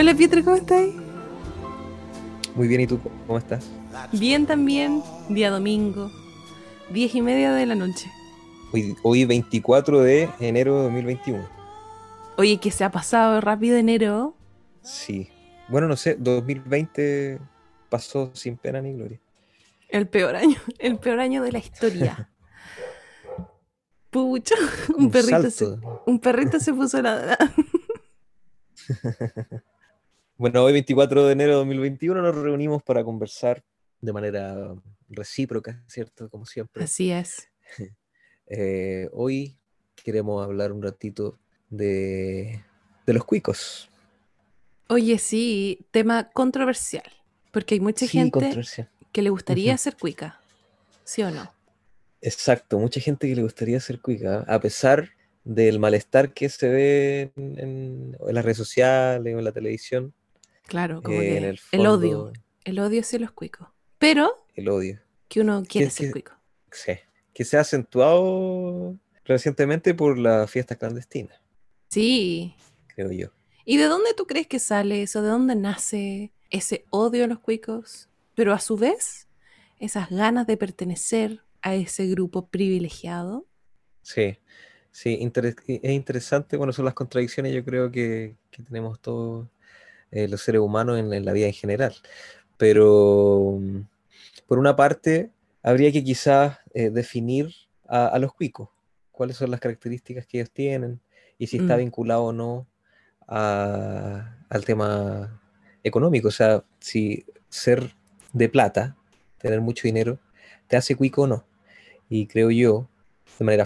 Hola Pietro, ¿cómo estás? Muy bien, ¿y tú cómo estás? Bien también, día domingo, 10:30 de la noche. Hoy 24 de enero de 2021. Oye, que se ha pasado rápido enero, Sí. Bueno, no sé, 2020 pasó sin pena ni gloria. el peor año, el peor año de la historia. Pucho, Es como un salto. un perrito se puso a ladrar. Bueno, hoy 24 de enero de 2021 nos reunimos para conversar de manera recíproca, ¿cierto? Como siempre. Así es. Hoy queremos hablar un ratito de, de los cuicos. Oye, sí, tema controversial, porque hay mucha Sí, gente controversia. que le gustaría ser cuica, ¿sí o no? Exacto, mucha gente que le gustaría ser cuica, a pesar del malestar que se ve en las redes sociales o en la televisión, Claro, como en que el fondo, el odio hacia los cuicos, pero el odio, que uno quiere que, ser que, cuico. sí, que se ha acentuado recientemente por las fiestas clandestinas, Sí. creo yo. ¿Y de dónde tú crees que sale eso? ¿De dónde nace ese odio a los cuicos? Pero a su vez, esas ganas de pertenecer a ese grupo privilegiado. Sí, sí, es interesante, bueno, son las contradicciones yo creo que tenemos todos los seres humanos en la vida en general, pero por una parte, habría que quizás definir a los cuicos, cuáles son las características que ellos tienen y si está Mm, vinculado o no al tema económico. O sea, si ser de plata, tener mucho dinero, te hace cuico o no. Y creo yo, de manera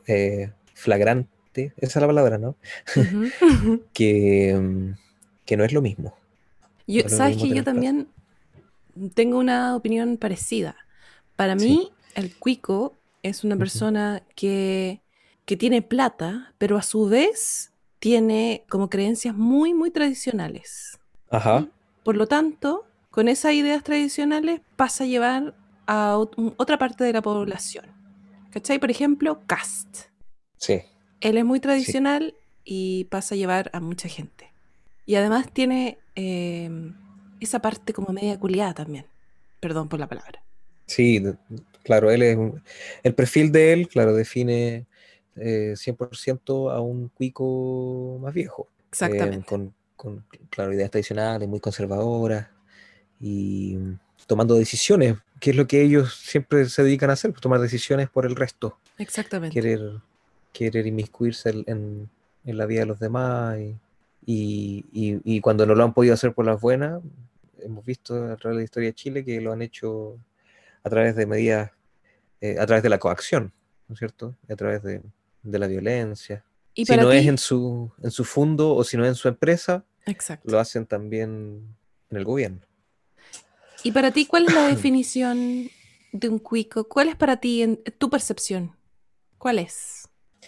flagrante, esa es la palabra, ¿no? ujú. Que, que no es lo mismo. No es lo Sabes mismo que yo tener plata. también tengo una opinión parecida. Para Sí. mí, el cuico es una Ujú. persona que tiene plata, pero a su vez tiene como creencias muy, muy tradicionales. Ajá. Por lo tanto, con esas ideas tradicionales pasa a llevar a otra parte de la población. ¿Cachai? Por ejemplo, Cast. Sí, Él es muy sí. tradicional y pasa a llevar a mucha gente. Y además tiene esa parte como media culiada también. Perdón por la palabra. Sí, claro, el perfil de él, claro, define 100% a un cuico más viejo, Exactamente. claro, ideas tradicionales, muy conservadoras y tomando decisiones, que es lo que ellos siempre se dedican a hacer, pues, tomar decisiones por el resto, Exactamente. querer, querer inmiscuirse en la vida de los demás y cuando no lo han podido hacer por las buenas, hemos visto a través de la historia de Chile que lo han hecho a través de medidas a través de la coacción, ¿no es cierto? A través de la violencia. Y Si para no es ti, en su fondo o si no es en su empresa, exacto. lo hacen también en el gobierno. Y para ti, ¿cuál es la definición de un cuico? ¿Cuál es para ti en tu percepción? ¿Cuál es?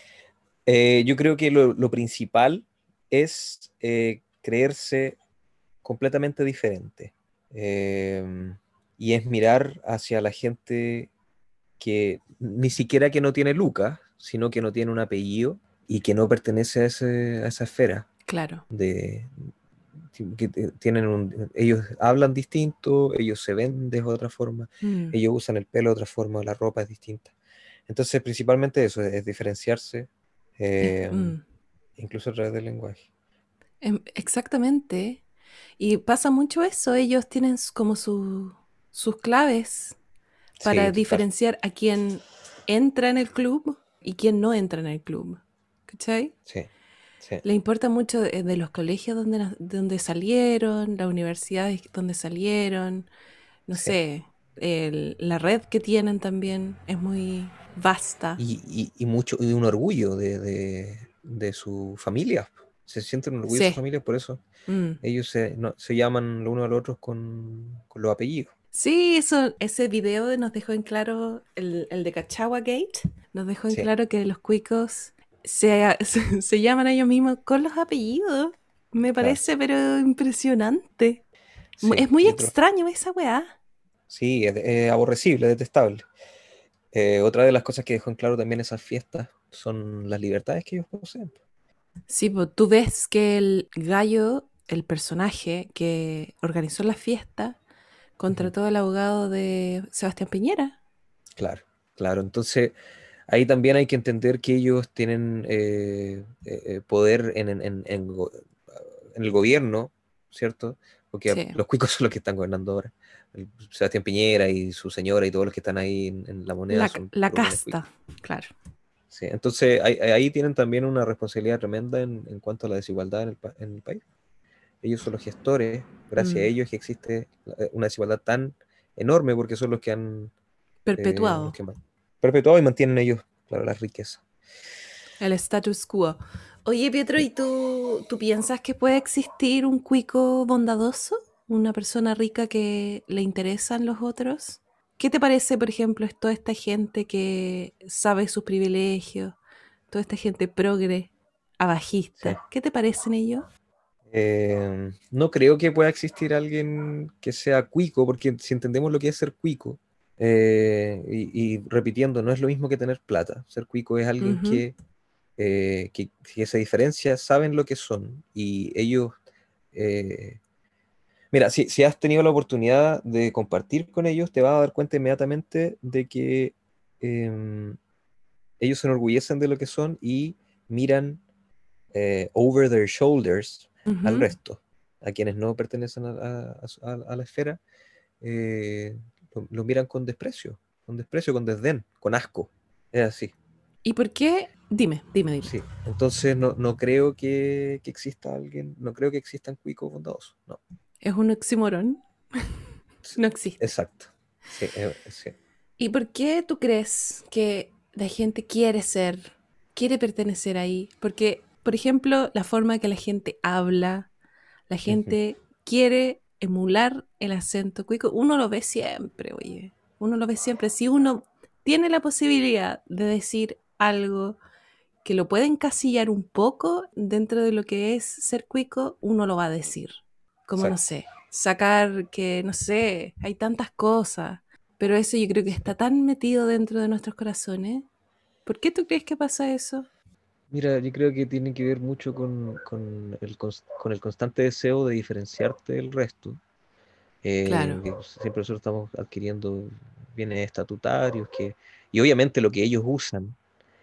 Yo creo que lo principal es creerse completamente diferente. Eh, y es mirar hacia la gente que ni siquiera que no tiene lucas, sino que no tiene un apellido y que no pertenece a esa esfera Claro. de, tienen ellos hablan distinto, ellos se ven de otra forma, Mm. ellos usan el pelo de otra forma, la ropa es distinta. Entonces, principalmente eso, es diferenciarse, eh, Mm. incluso a través del lenguaje. Exactamente. Y pasa mucho eso. Ellos tienen como sus claves Sí, para total. diferenciar a quién entra en el club y quién no entra en el club. ¿Cachai? Sí, sí, Le importa mucho de los colegios donde salieron, las universidades donde salieron, no sí. sé, la red que tienen también es muy vasta. Y mucho, y un orgullo de su familia. Se sienten orgullo de su Sí. familia, por eso Mm. ellos se llaman los unos a los otros con los apellidos. Sí, ese video nos dejó en claro, el de Cachagua Gate, nos dejó en Sí, claro que los cuicos se llaman a ellos mismos con los apellidos. Me claro. parece, pero impresionante. Sí, Es muy y otros. extraño esa weá. Sí, es aborrecible, detestable. Otra de las cosas que dejó en claro también esas fiestas son las libertades que ellos poseen. Sí, pues tú ves que el gallo el personaje que organizó la fiesta Ujú. contrató al abogado de Sebastián Piñera. Claro, claro. Entonces, ahí también hay que entender que ellos tienen poder en el gobierno, ¿cierto? Porque Sí, los cuicos son los que están gobernando ahora. Sebastián Piñera y su señora y todos los que están ahí en la moneda son la puros buenos cuicos. casta, claro. Sí, entonces ahí tienen también una responsabilidad tremenda en cuanto a la desigualdad en el país. Ellos son los gestores, gracias a Mm, ellos es que existe una desigualdad tan enorme porque son los perpetuado. que perpetuado y mantienen ellos, claro, la riqueza. El status quo. Oye, Pietro, ¿y tú piensas que puede existir un cuico bondadoso? ¿Una persona rica que le interesan los otros? ¿Qué te parece, por ejemplo, es toda esta gente que sabe sus privilegios, toda esta gente progre, Sí. abajista? ¿Qué te parecen ellos? No creo que pueda existir alguien que sea cuico, porque si entendemos lo que es ser cuico, y repitiendo, no es lo mismo que tener plata. Ser cuico es alguien Ujú. que se diferencia, saben lo que son, y ellos, eh, mira, si has tenido la oportunidad de compartir con ellos, te vas a dar cuenta inmediatamente de que em, ellos se enorgullecen de lo que son y miran over their shoulders al Ujú. resto, a quienes no pertenecen a la esfera, eh, lo miran con desprecio, con desdén, con asco. Es así. ¿Y por qué? Dime, dime, dime. Sí, entonces no creo que exista alguien, no creo que existan cuicos bondadosos, no. ¿Es un oxímoron? Sí, No existe. exacto, sí, sí. ¿Y por qué tú crees que la gente quiere ser, quiere pertenecer ahí? Porque, por ejemplo, la forma que la gente habla, la Ujú, gente quiere emular el acento cuico. Uno lo ve siempre, oye. Uno lo ve siempre. Si uno tiene la posibilidad de decir algo que lo puede encasillar un poco dentro de lo que es ser cuico, uno lo va a decir. Como no exacto. sé, sacar que, no sé, hay tantas cosas, pero eso yo creo que está tan metido dentro de nuestros corazones. ¿Por qué tú crees que pasa eso? Mira, yo creo que tiene que ver mucho con el constante deseo de diferenciarte del resto. Claro, Siempre nosotros estamos adquiriendo bienes estatutarios y obviamente lo que ellos usan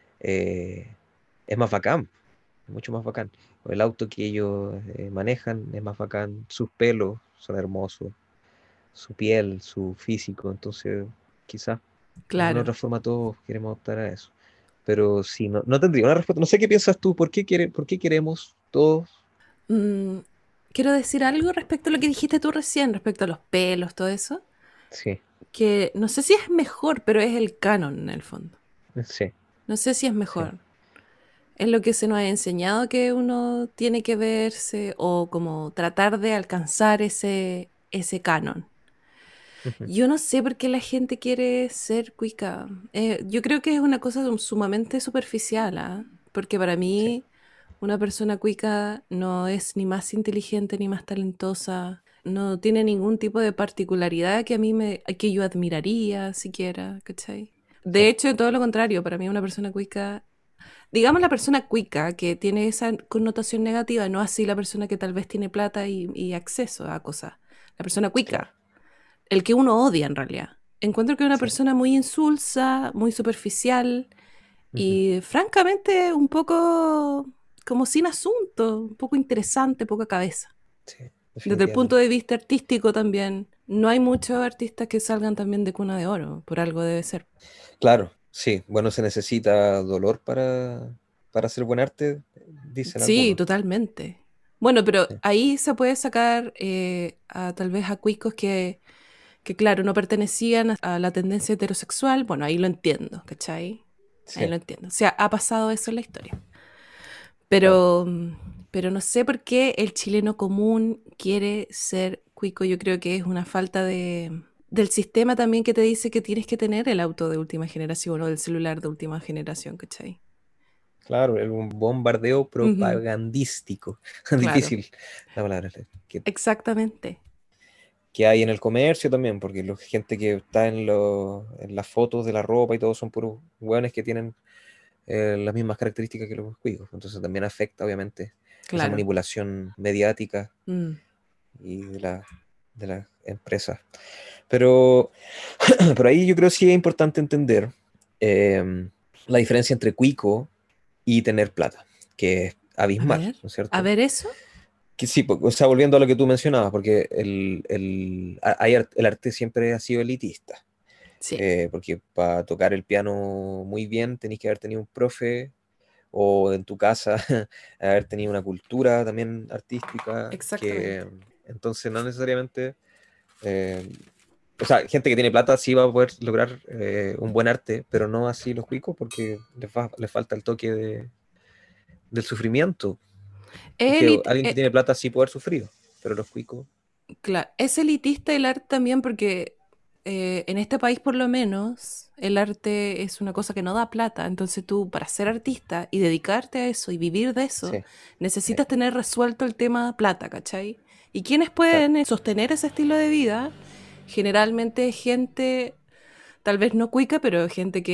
eh, es más bacán, mucho más bacán. El auto que ellos manejan es más bacán, sus pelos son hermosos, su piel, su físico, entonces quizás de alguna claro. otra forma todos queremos optar a eso. Pero sí, no tendría una respuesta. No sé qué piensas tú, por qué queremos todos? Mm, quiero decir algo respecto a lo que dijiste tú recién, respecto a los pelos, todo eso, Sí, que no sé si es mejor, pero es el canon en el fondo. sí, No sé si es sí. mejor. Es lo que se nos ha enseñado que uno tiene que verse o como tratar de alcanzar ese canon. Ujú, Yo no sé por qué la gente quiere ser cuica. Yo creo que es una cosa sumamente superficial, ¿ah? Porque para sí, mí una persona cuica no es ni más inteligente ni más talentosa, no tiene ningún tipo de particularidad que a que yo admiraría siquiera, ¿cachai? sí, De hecho, todo lo contrario, para mí una persona cuica, digamos la persona cuica que tiene esa connotación negativa, no así la persona que tal vez tiene plata y acceso a cosas. La persona claro. cuica, el que uno odia en realidad. Encuentro que es una Sí. persona muy insulsa, muy superficial Ujú, y francamente un poco como sin asunto, un poco interesante, poca cabeza. sí, Desde el punto de definitivamente. vista artístico también, no hay muchos artistas que salgan también de cuna de oro, por algo debe ser. Claro, sí. Bueno, se necesita dolor para hacer buen arte, dicen Sí, algunos. totalmente. Bueno, pero Sí, ahí se puede sacar tal vez a cuicos que, claro, no pertenecían a la tendencia heterosexual. Bueno, ahí lo entiendo, ¿cachai? Ahí sí, lo entiendo. O sea, ha pasado eso en la historia. claro. Pero, pero no sé por qué el chileno común quiere ser cuico. Yo creo que es una falta del sistema también que te dice que tienes que tener el auto de última generación o el celular de última generación, ¿cachai? Claro, un bombardeo Ujú, propagandístico. claro, Difícil la palabra. Que, exactamente. que hay en el comercio también, porque la gente que está en las fotos de la ropa y todo son puros hueones que tienen las mismas características que los cuicos. Entonces también afecta, obviamente. esa Claro. manipulación mediática Mm. y de las empresas. Pero, pero ahí yo creo que sí es importante entender la diferencia entre cuico y tener plata, que es abismal, ¿no es A cierto? ver eso. Que sí, o sea, volviendo a lo que tú mencionabas, porque el arte siempre ha sido elitista, Sí, porque para tocar el piano muy bien tenéis que haber tenido un profe o en tu casa haber tenido una cultura también artística, que exactamente. entonces no necesariamente, eh, o sea, gente que tiene plata sí va a poder lograr un buen arte, pero no así los cuicos porque les falta el toque del sufrimiento. Es Porque alguien que tiene plata sí puede haber sufrido, pero los cuicos, es elitista el arte también porque en este país por lo menos el arte es una cosa que no da plata. Entonces tú para ser artista y dedicarte a eso y vivir de eso, sí, sí, necesitas tener resuelto el tema plata, ¿cachai? Y quienes claro, pueden sostener ese estilo de vida, generalmente es gente, tal vez no cuica, pero gente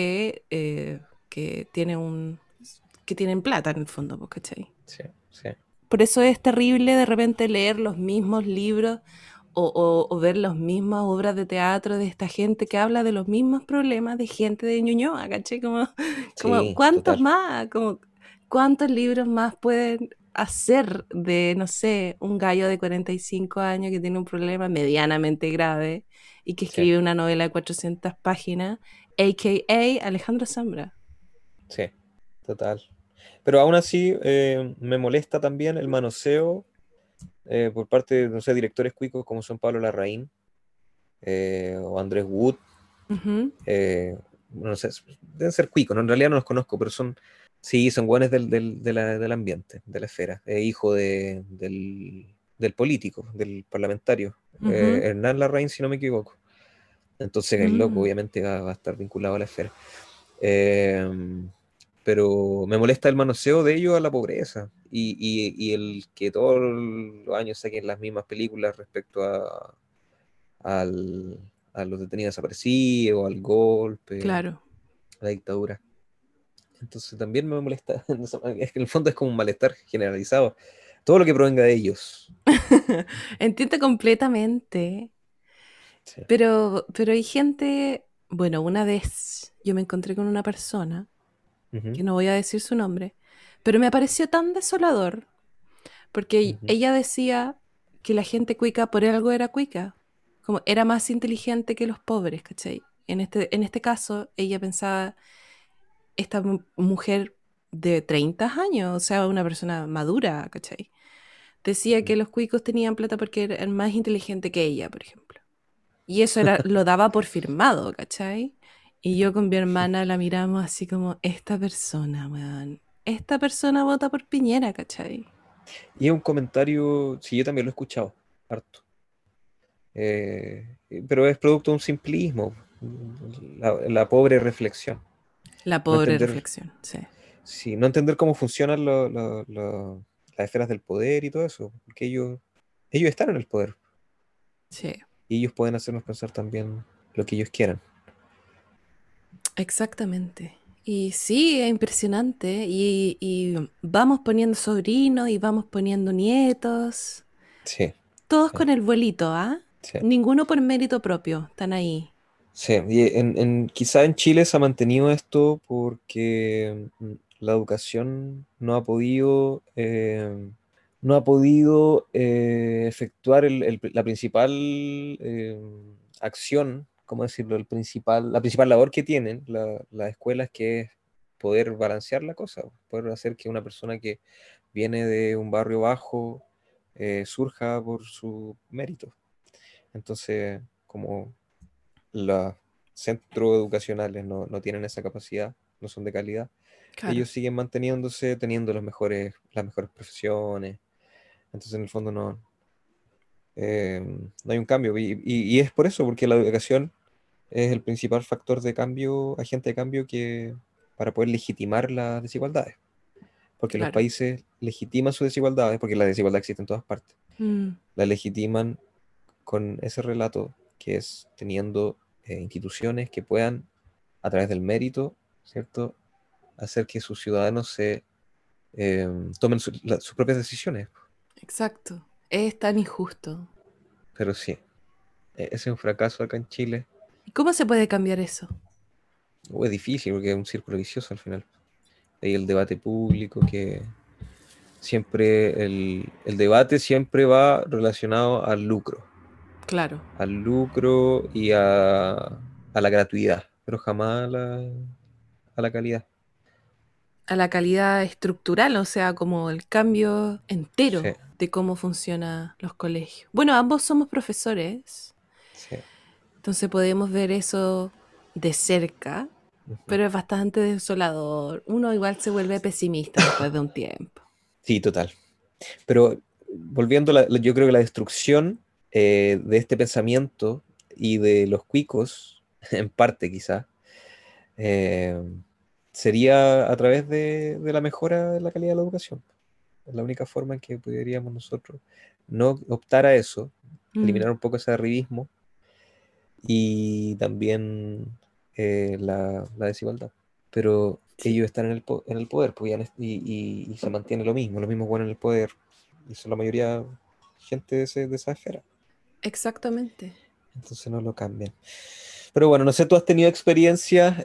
que tiene que tienen plata en el fondo, pues, ¿cachai? sí, sí, Por eso es terrible de repente leer los mismos libros o ver las mismas obras de teatro de esta gente que habla de los mismos problemas de gente de Ñuñoa, ¿cachai? Como sí, ¿cuántos total, más? Como, ¿cuántos libros más pueden hacer de, no sé, un gallo de 45 años que tiene un problema medianamente grave y que sí, escribe una novela de 400 páginas, a.k.a. Alejandro Zambra? sí, total. Pero aún así me molesta también el manoseo por parte de, no sé, directores cuicos como son Pablo Larraín o Andrés Wood, Ujú. no sé, deben ser cuicos, ¿no? En realidad no los conozco, pero son, sí, son buenos del ambiente, de la esfera, hijo del político, del parlamentario, Ujú. Hernán Larraín, si no me equivoco. Entonces el loco Mm. obviamente va a estar vinculado a la esfera. Eh, pero me molesta el manoseo de ellos a la pobreza y el que todos los años saquen las mismas películas respecto al- a los detenidos desaparecidos, al golpe, Claro. a la dictadura. Entonces también me molesta. Es que en el fondo es como un malestar generalizado. Todo lo que provenga de ellos. Entiendo completamente, Sí. pero hay gente, bueno, una vez yo me encontré con una persona, Ujú, que no voy a decir su nombre, pero me pareció tan desolador, porque ujú, ella decía que la gente cuica por algo era cuica, como era más inteligente que los pobres, ¿cachai? En este caso, ella pensaba, esta mujer de 30 años, o sea, una persona madura, ¿cachai? Decía ujú. que los cuicos tenían plata porque eran más inteligentes que ella, por ejemplo. Y eso era, lo daba por firmado, ¿cachai? Y yo con mi hermana la miramos así como, esta persona, weón. Esta persona vota por Piñera, ¿cachai? Y es un comentario, sí, yo también lo he escuchado, harto. Pero es producto de un simplismo, la pobre reflexión. La No pobre entender, reflexión, sí. sí, no entender cómo funcionan las esferas del poder y todo eso, porque ellos están en el poder Sí, y ellos pueden hacernos pensar también lo que ellos quieran. exactamente. Y sí, es impresionante. Y vamos poniendo sobrinos y vamos poniendo nietos. Sí, Todos sí, con el vuelito, ¿ah? sí. Ninguno por mérito propio. Están ahí. Sí, y quizá en Chile se ha mantenido esto porque la educación no ha podido efectuar la principal acción, ¿cómo decirlo? La principal labor que tienen las escuelas, que es poder balancear la cosa, poder hacer que una persona que viene de un barrio bajo surja por su mérito. Entonces, como los centros educacionales no tienen esa capacidad, no son de calidad, Claro, ellos siguen manteniéndose, teniendo las mejores profesiones. Entonces, en el fondo, no hay un cambio. Y es por eso, porque la educación es el principal factor de cambio, agente de cambio para poder legitimar las desigualdades. Porque los claro. países legitiman sus desigualdades, porque la desigualdad existe en todas partes. Mm, La legitiman con ese relato que es teniendo instituciones que puedan, a través del mérito, ¿cierto?, hacer que sus ciudadanos se tomen sus propias decisiones. Exacto. Es tan injusto. Pero sí, ese es un fracaso acá en Chile. ¿Y cómo se puede cambiar eso? Es difícil porque es un círculo vicioso al final. Hay el debate público que siempre, el debate siempre va relacionado Claro. al lucro y a la gratuidad, pero jamás a la calidad. A la calidad estructural, o sea, como el cambio Sí, entero de cómo funcionan los colegios. Bueno, ambos somos profesores, sí. entonces podemos ver eso de cerca, Ujú. pero es bastante desolador. Uno igual se vuelve pesimista después de un tiempo. Sí, total. Pero volviendo, yo creo que la destrucción de este pensamiento y de los cuicos, en parte quizá, eh, sería a través de la mejora de la calidad de la educación. Es la única forma en que podríamos nosotros no optar a eso, Mm, eliminar un poco ese arribismo y también la desigualdad. Pero sí, ellos están en el poder pues, y se mantiene lo mismo bueno en el poder. Y son la mayoría gente de esa esfera. exactamente. Entonces no lo cambian. Pero bueno, no sé, ¿tú has tenido experiencias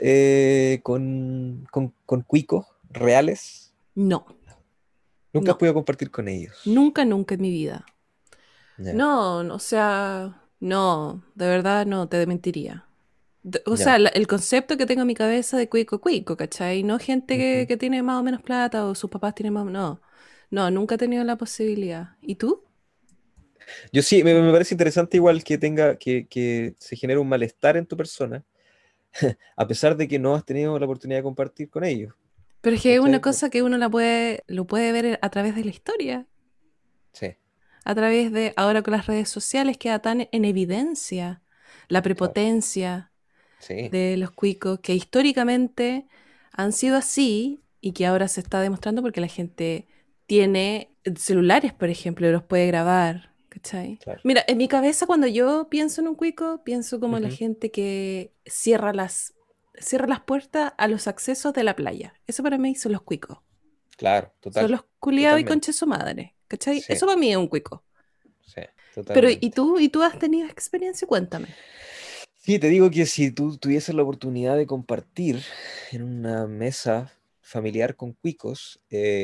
con cuicos reales? No, Nunca has no, podido compartir con ellos. nunca, nunca en mi vida. Ya, No, o sea, no, de verdad no, te mentiría. O sea, ya. el concepto que tengo en mi cabeza de cuico cuico, ¿cachai? No gente Ujú. que tiene más o menos plata o sus papás tienen más. No, no, nunca he tenido la posibilidad. ¿Y tú? Yo sí, me parece interesante igual que se genere un malestar en tu persona, a pesar de que no has tenido la oportunidad de compartir con ellos. Pero es que es una ¿Cachai? cosa que uno lo puede ver a través de la historia, Sí, a través de, ahora con las redes sociales queda tan en evidencia la claro. prepotencia Sí, de los cuicos que históricamente han sido así y que ahora se está demostrando porque la gente tiene celulares, por ejemplo, y los puede grabar, ¿cachai? claro. Mira, en mi cabeza cuando yo pienso en un cuico, pienso como en la Ujú. gente que cierra las puertas a los accesos de la playa. Eso para mí son los cuicos. Claro, Son total, los culiados y totalmente. conches su madre, ¿cachai? Sí, Eso para mí es un cuico. sí, Pero totalmente. y tú has tenido experiencia? Cuéntame. Sí, te digo que si tú tuvieses la oportunidad de compartir en una mesa familiar con cuicos,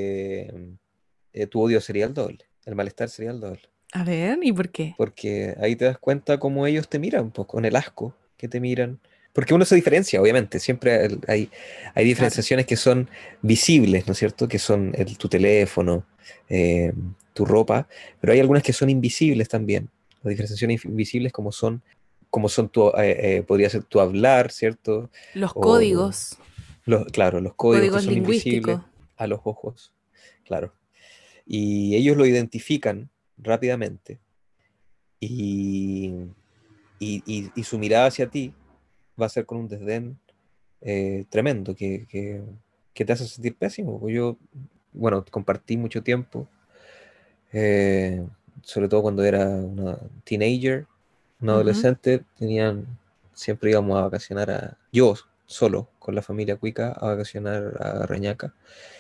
tu odio sería el doble, el malestar sería el doble. A ver, ¿y por qué? Porque ahí te das cuenta cómo ellos te miran, pues, con el asco que te miran. Porque uno se diferencia, obviamente, siempre hay Claro. diferenciaciones que son visibles, ¿no es cierto? Que son tu teléfono, eh, tu ropa, pero hay algunas que son invisibles también. Las diferenciaciones invisibles como son podría ser tu hablar, ¿cierto? Los O, códigos. claro, los códigos que Códigos son invisibles lingüísticos. a los ojos, claro. Y ellos lo identifican rápidamente y, y su mirada hacia ti va a ser con un desdén tremendo que te hace sentir pésimo. Pues yo, bueno, compartí mucho tiempo, eh, sobre todo cuando era una teenager, una Ujú. adolescente, siempre íbamos a vacacionar yo solo, con la familia Cuica, a vacacionar a Reñaca.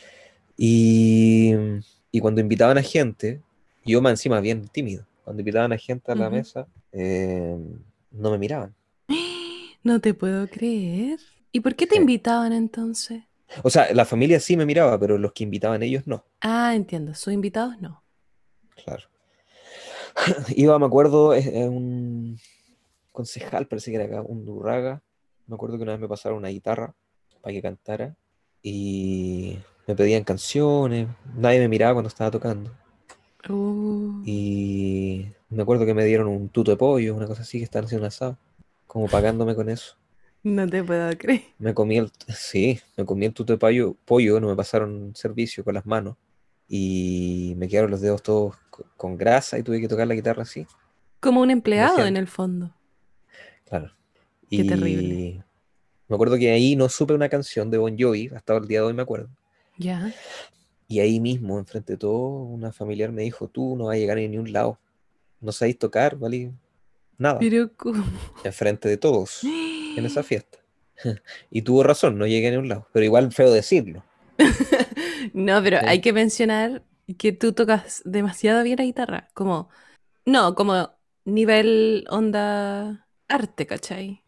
Y, y cuando invitaban a gente, yo más encima bien tímido, cuando invitaban a gente a la Ujú. mesa, no me miraban. No te puedo creer. ¿Y por qué te Sí. invitaban entonces? O sea, la familia sí me miraba, pero los que invitaban ellos no. Ah, entiendo. Sus invitados no. Claro. Iba, me acuerdo, un concejal, parece que era acá, un Durraga. Me acuerdo que una vez me pasaron una guitarra para que cantara y me pedían canciones. Nadie me miraba cuando estaba tocando. Uh, Y me acuerdo que me dieron un tuto de pollo, una cosa así, que estaban haciendo un asado, como pagándome con eso. no te puedo creer. Sí, me comí el tuto de pollo, no me pasaron servicio con las manos y me quedaron los dedos todos con grasa y tuve que tocar la guitarra así. Como un Me empleado en decían, el fondo. claro. Qué terrible. Y me acuerdo que ahí no supe una canción de Bon Jovi, hasta el día de hoy me acuerdo. Ya. Y ahí mismo, enfrente de todo, una familiar me dijo, tú no vas a llegar a ningún lado, no sabéis tocar, ¿vale? Nada, Pero ¿cómo? enfrente de todos, en esa fiesta. Y tuvo razón, no llegué a ningún lado, pero igual feo decirlo. No, pero hay ¿cachai? que mencionar que tú tocas demasiado bien la guitarra. Como, no, como nivel onda arte, ¿cachai?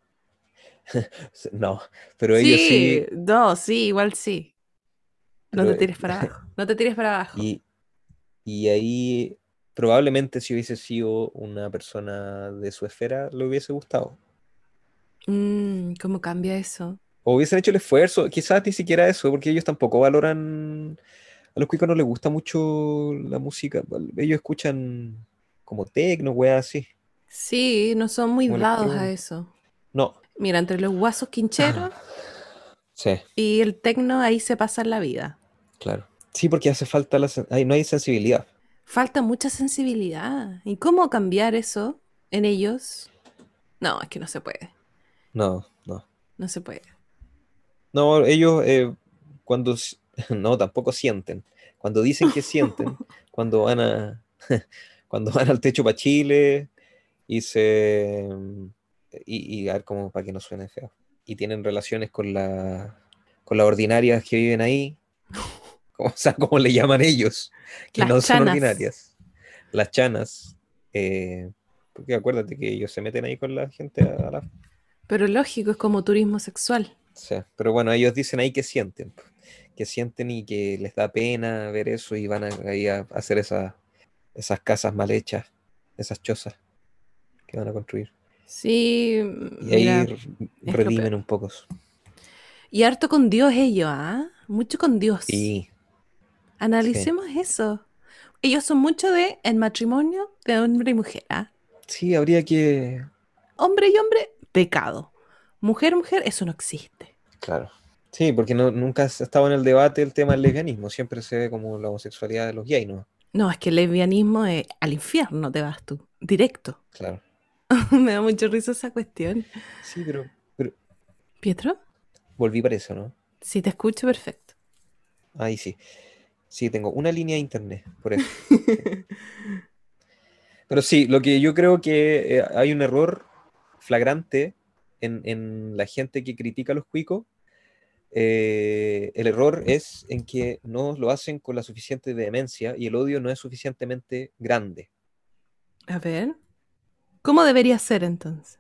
No, pero ellos Sí, sí, no, sí, igual sí. No pero, te tires para abajo. No te tires para abajo. y, y ahí probablemente si hubiese sido una persona de su esfera, le hubiese gustado. ¿Cómo cambia eso? O hubiesen hecho el esfuerzo, quizás ni siquiera eso, porque ellos tampoco valoran, a los cuicos no les gusta mucho la música, ellos escuchan como tecno, weas así, Sí, no son muy como dados a electrónica. eso. No, Mira, entre los guasos quincheros sí, y el tecno ahí se pasan la vida. claro. Sí, porque hace falta no hay sensibilidad. Falta mucha sensibilidad. ¿Y cómo cambiar eso en ellos? No, es que no se puede. No, no. No se puede. No, ellos cuando, no, tampoco sienten. Cuando dicen que sienten, cuando van cuando van al techo para Chile y y a ver como para que no suene feo. Y tienen relaciones con las ordinarias que viven ahí, como, o sea, como le llaman ellos, que Las no son chanas. ordinarias, las chanas, porque acuérdate que ellos se meten ahí con la gente Pero lógico, es como turismo sexual. sí, pero bueno, ellos dicen ahí que sienten y que les da pena ver eso y van ahí a hacer esas casas mal hechas, esas chozas que van a construir. Sí, Y ahí mira, es lo peor. redimen un poco. Y harto con Dios ellos, ¿ah? Mucho con Dios. Sí, sí. Analicemos eso. Ellos son mucho de el matrimonio de hombre y mujer, ¿ah? Sí, habría que, Hombre y hombre, pecado. Mujer, mujer, eso no existe. claro. Sí, porque nunca ha estado en el debate el tema del lesbianismo, siempre se ve como la homosexualidad de los gays, ¿no? No, es que el lesbianismo es al infierno te vas tú, directo. Claro. Me da mucha risa esa cuestión. Sí, pero ¿Pietro? volví para eso, ¿no? Sí, te escucho perfecto. Ahí sí. Sí, tengo una línea de internet, por eso. Sí. Pero sí, lo que yo creo que hay un error flagrante en la gente que critica a los cuicos. El error es en que no lo hacen con la suficiente vehemencia y el odio no es suficientemente grande. A ver, ¿cómo debería ser entonces?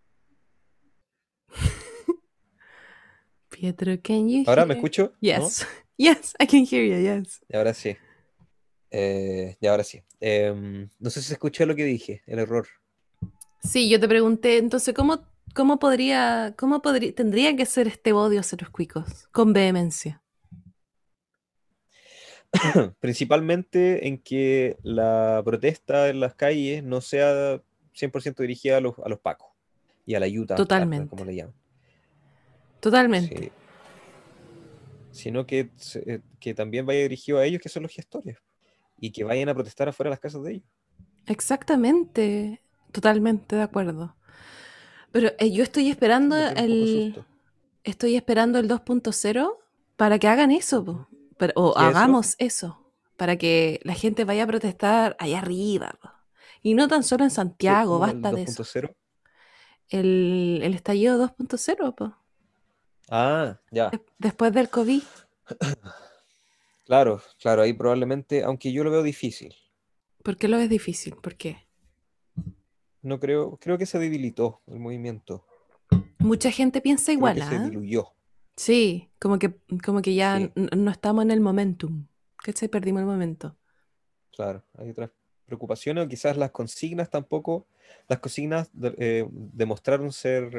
Pietro, can you ¿Ahora me hear? escucho? ¿No? Yes, yes, I can hear you, yes. Y ahora sí. Y ahora sí. No sé si se escuchó lo que dije, el error. Sí, yo te pregunté, entonces, tendría que ser este odio hacia los cuicos? Con vehemencia. Principalmente en que la protesta en las calles no sea 100% dirigida a los pacos y a la yuta, como Totalmente, le llaman. totalmente. Sí, sino que también vaya dirigido a ellos, que son los gestores, y que vayan a protestar afuera de las casas de ellos. Exactamente, totalmente de acuerdo. Pero yo Sí, les dé un poco susto. estoy esperando el 2.0 para que hagan eso, Ujú. po. O ¿Qué es eso? hagamos eso, para que la gente vaya a protestar allá arriba, po. Y no tan solo en ¿Qué, Santiago, cómo el basta de eso. 2.0? El estallido 2.0, po. Ah, ya. Después del COVID. Claro, claro, ahí probablemente, aunque yo lo veo difícil, ¿Por qué lo ves difícil? ¿Por qué? no creo que se debilitó el movimiento, Mucha gente piensa creo igual, que se ¿ah? diluyó, Sí, como que ya sí, no estamos en el momentum. ¿Cachai? Perdimos el momento. claro, hay otras preocupaciones, o quizás las consignas demostraron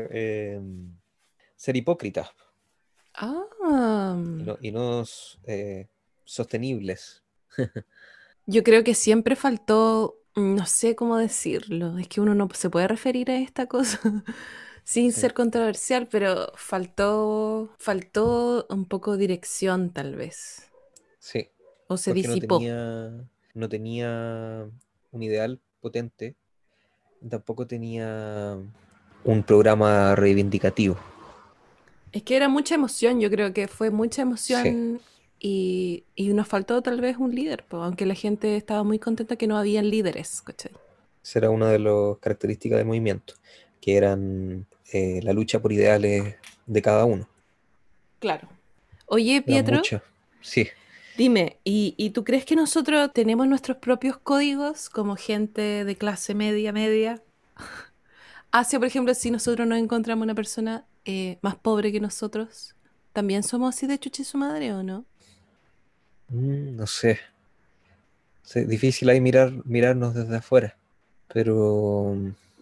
ser hipócritas Ah, y no sostenibles. yo creo que siempre faltó, no sé cómo decirlo, es que uno no se puede referir a esta cosa sin Sí, ser controversial, pero faltó un poco dirección tal vez, sí, o se porque disipó. no tenía un ideal potente, tampoco tenía un programa reivindicativo. Es que era mucha emoción, yo creo que fue mucha Sí, emoción y nos faltó tal vez un líder, po, aunque la gente estaba muy contenta que no habían líderes, ¿cachai? esa era una de las características del movimiento, que eran la lucha por ideales de cada uno. Claro. Oye, Eran Pietro, muchas, sí. Dime, ¿y tú crees que nosotros tenemos nuestros propios códigos como gente de clase media, media? Hacia, por ejemplo, si nosotros nos encontramos una persona más pobre que nosotros, ¿también somos así de chuche su madre o no? No sé, difícil ahí mirarnos desde afuera, pero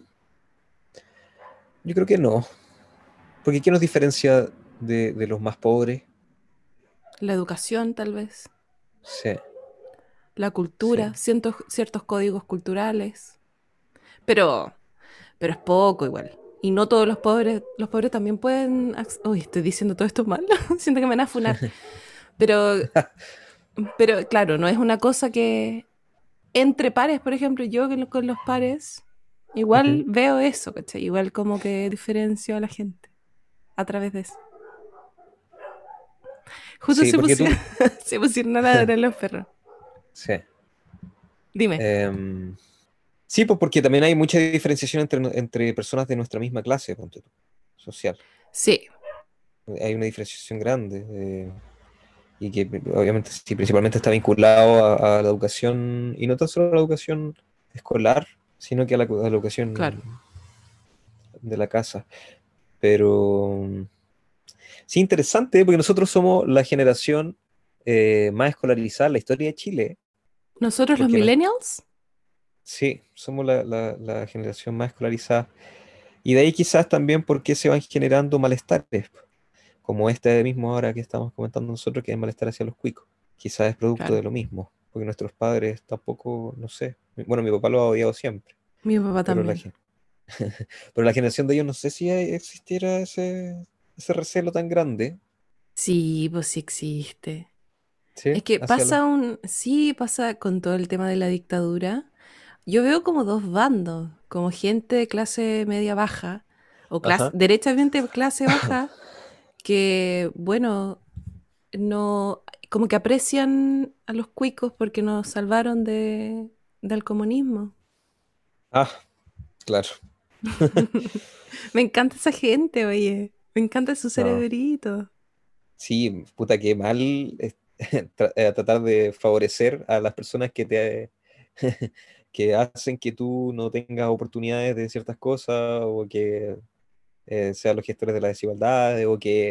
yo creo que no, porque ¿qué nos diferencia de los más pobres? La educación, tal vez, Sí, la sí. cultura, ciertos códigos culturales, pero, pero es poco igual. Y no todos los pobres también pueden... Uy, estoy diciendo todo esto mal, siento que me van a funar. Pero, pero claro, no es una cosa que entre pares, por ejemplo, yo con los pares, Ujú. igual veo eso, ¿cachai? Igual como que diferencio a la gente a través de eso. Justo Sí, porque tú, se pusieron a ladrar los perros. sí. Dime. Em, sí, pues porque también hay mucha diferenciación entre personas de nuestra misma clase, ponte tú, social. Sí, Hay una diferenciación grande. Y que obviamente sí, principalmente está vinculado a la educación, y no tan solo a la educación escolar, sino que a la educación claro. de la casa. Pero sí, interesante, porque nosotros somos la generación más escolarizada en la historia de Chile, Nosotros los porque millennials, sí, somos la generación más escolarizada. Y de ahí quizás también porque se van generando malestares, como este mismo ahora que estamos comentando nosotros, que es malestar hacia los cuicos. Quizás es producto de claro. lo mismo, porque nuestros padres tampoco, no sé. Bueno, mi papá lo ha odiado siempre, Mi papá pero también. pero la generación de ellos no sé si existiera ese recelo tan grande, Sí, pues sí existe. ¿sí? Es que Hacia los... sí pasa con todo el tema de la dictadura. Yo veo como dos bandos, como gente de clase media baja o Ajá. derechamente clase baja que, bueno, no, como que aprecian a los cuicos porque nos salvaron del comunismo. Ah, claro. Me encanta esa gente, oye. Me encanta su No, cerebrito. sí, puta, qué mal tratar de favorecer a las personas que hacen que tú no tengas oportunidades de ciertas cosas o que sean los gestores de las desigualdades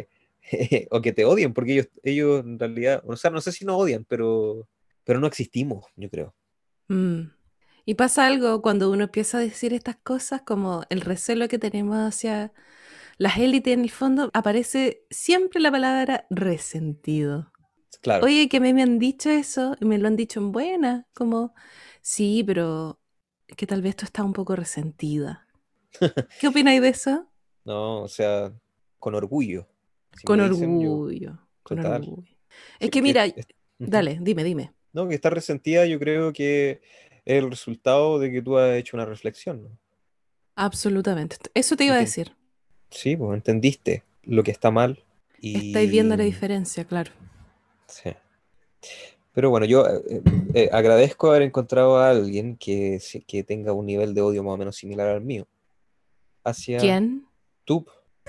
o que te odien, porque ellos en realidad, o sea, no sé si nos odian, pero no existimos, yo creo. Mm. Y pasa algo cuando uno empieza a decir estas cosas, como el recelo que tenemos hacia las élites en el fondo, aparece siempre la palabra resentido. Claro. Oye, que me han dicho eso y me lo han dicho en buena, como, sí, pero que tal vez tú estás un poco resentida. ¿Qué opináis de eso? No, o sea, con orgullo. Si me Con lo dicen, yo, orgullo, con total. orgullo. Es Sí, que porque mira, ujú. dale, dime. No, que está resentida, yo creo que es el resultado de que tú has hecho una reflexión, ¿no? Absolutamente. Eso te Y iba a que decir. sí, pues entendiste lo que está mal Estáis viendo y la diferencia, claro. sí. Pero bueno, yo agradezco haber encontrado a alguien que tenga un nivel de odio más o menos similar al mío hacia ¿Quién? tú.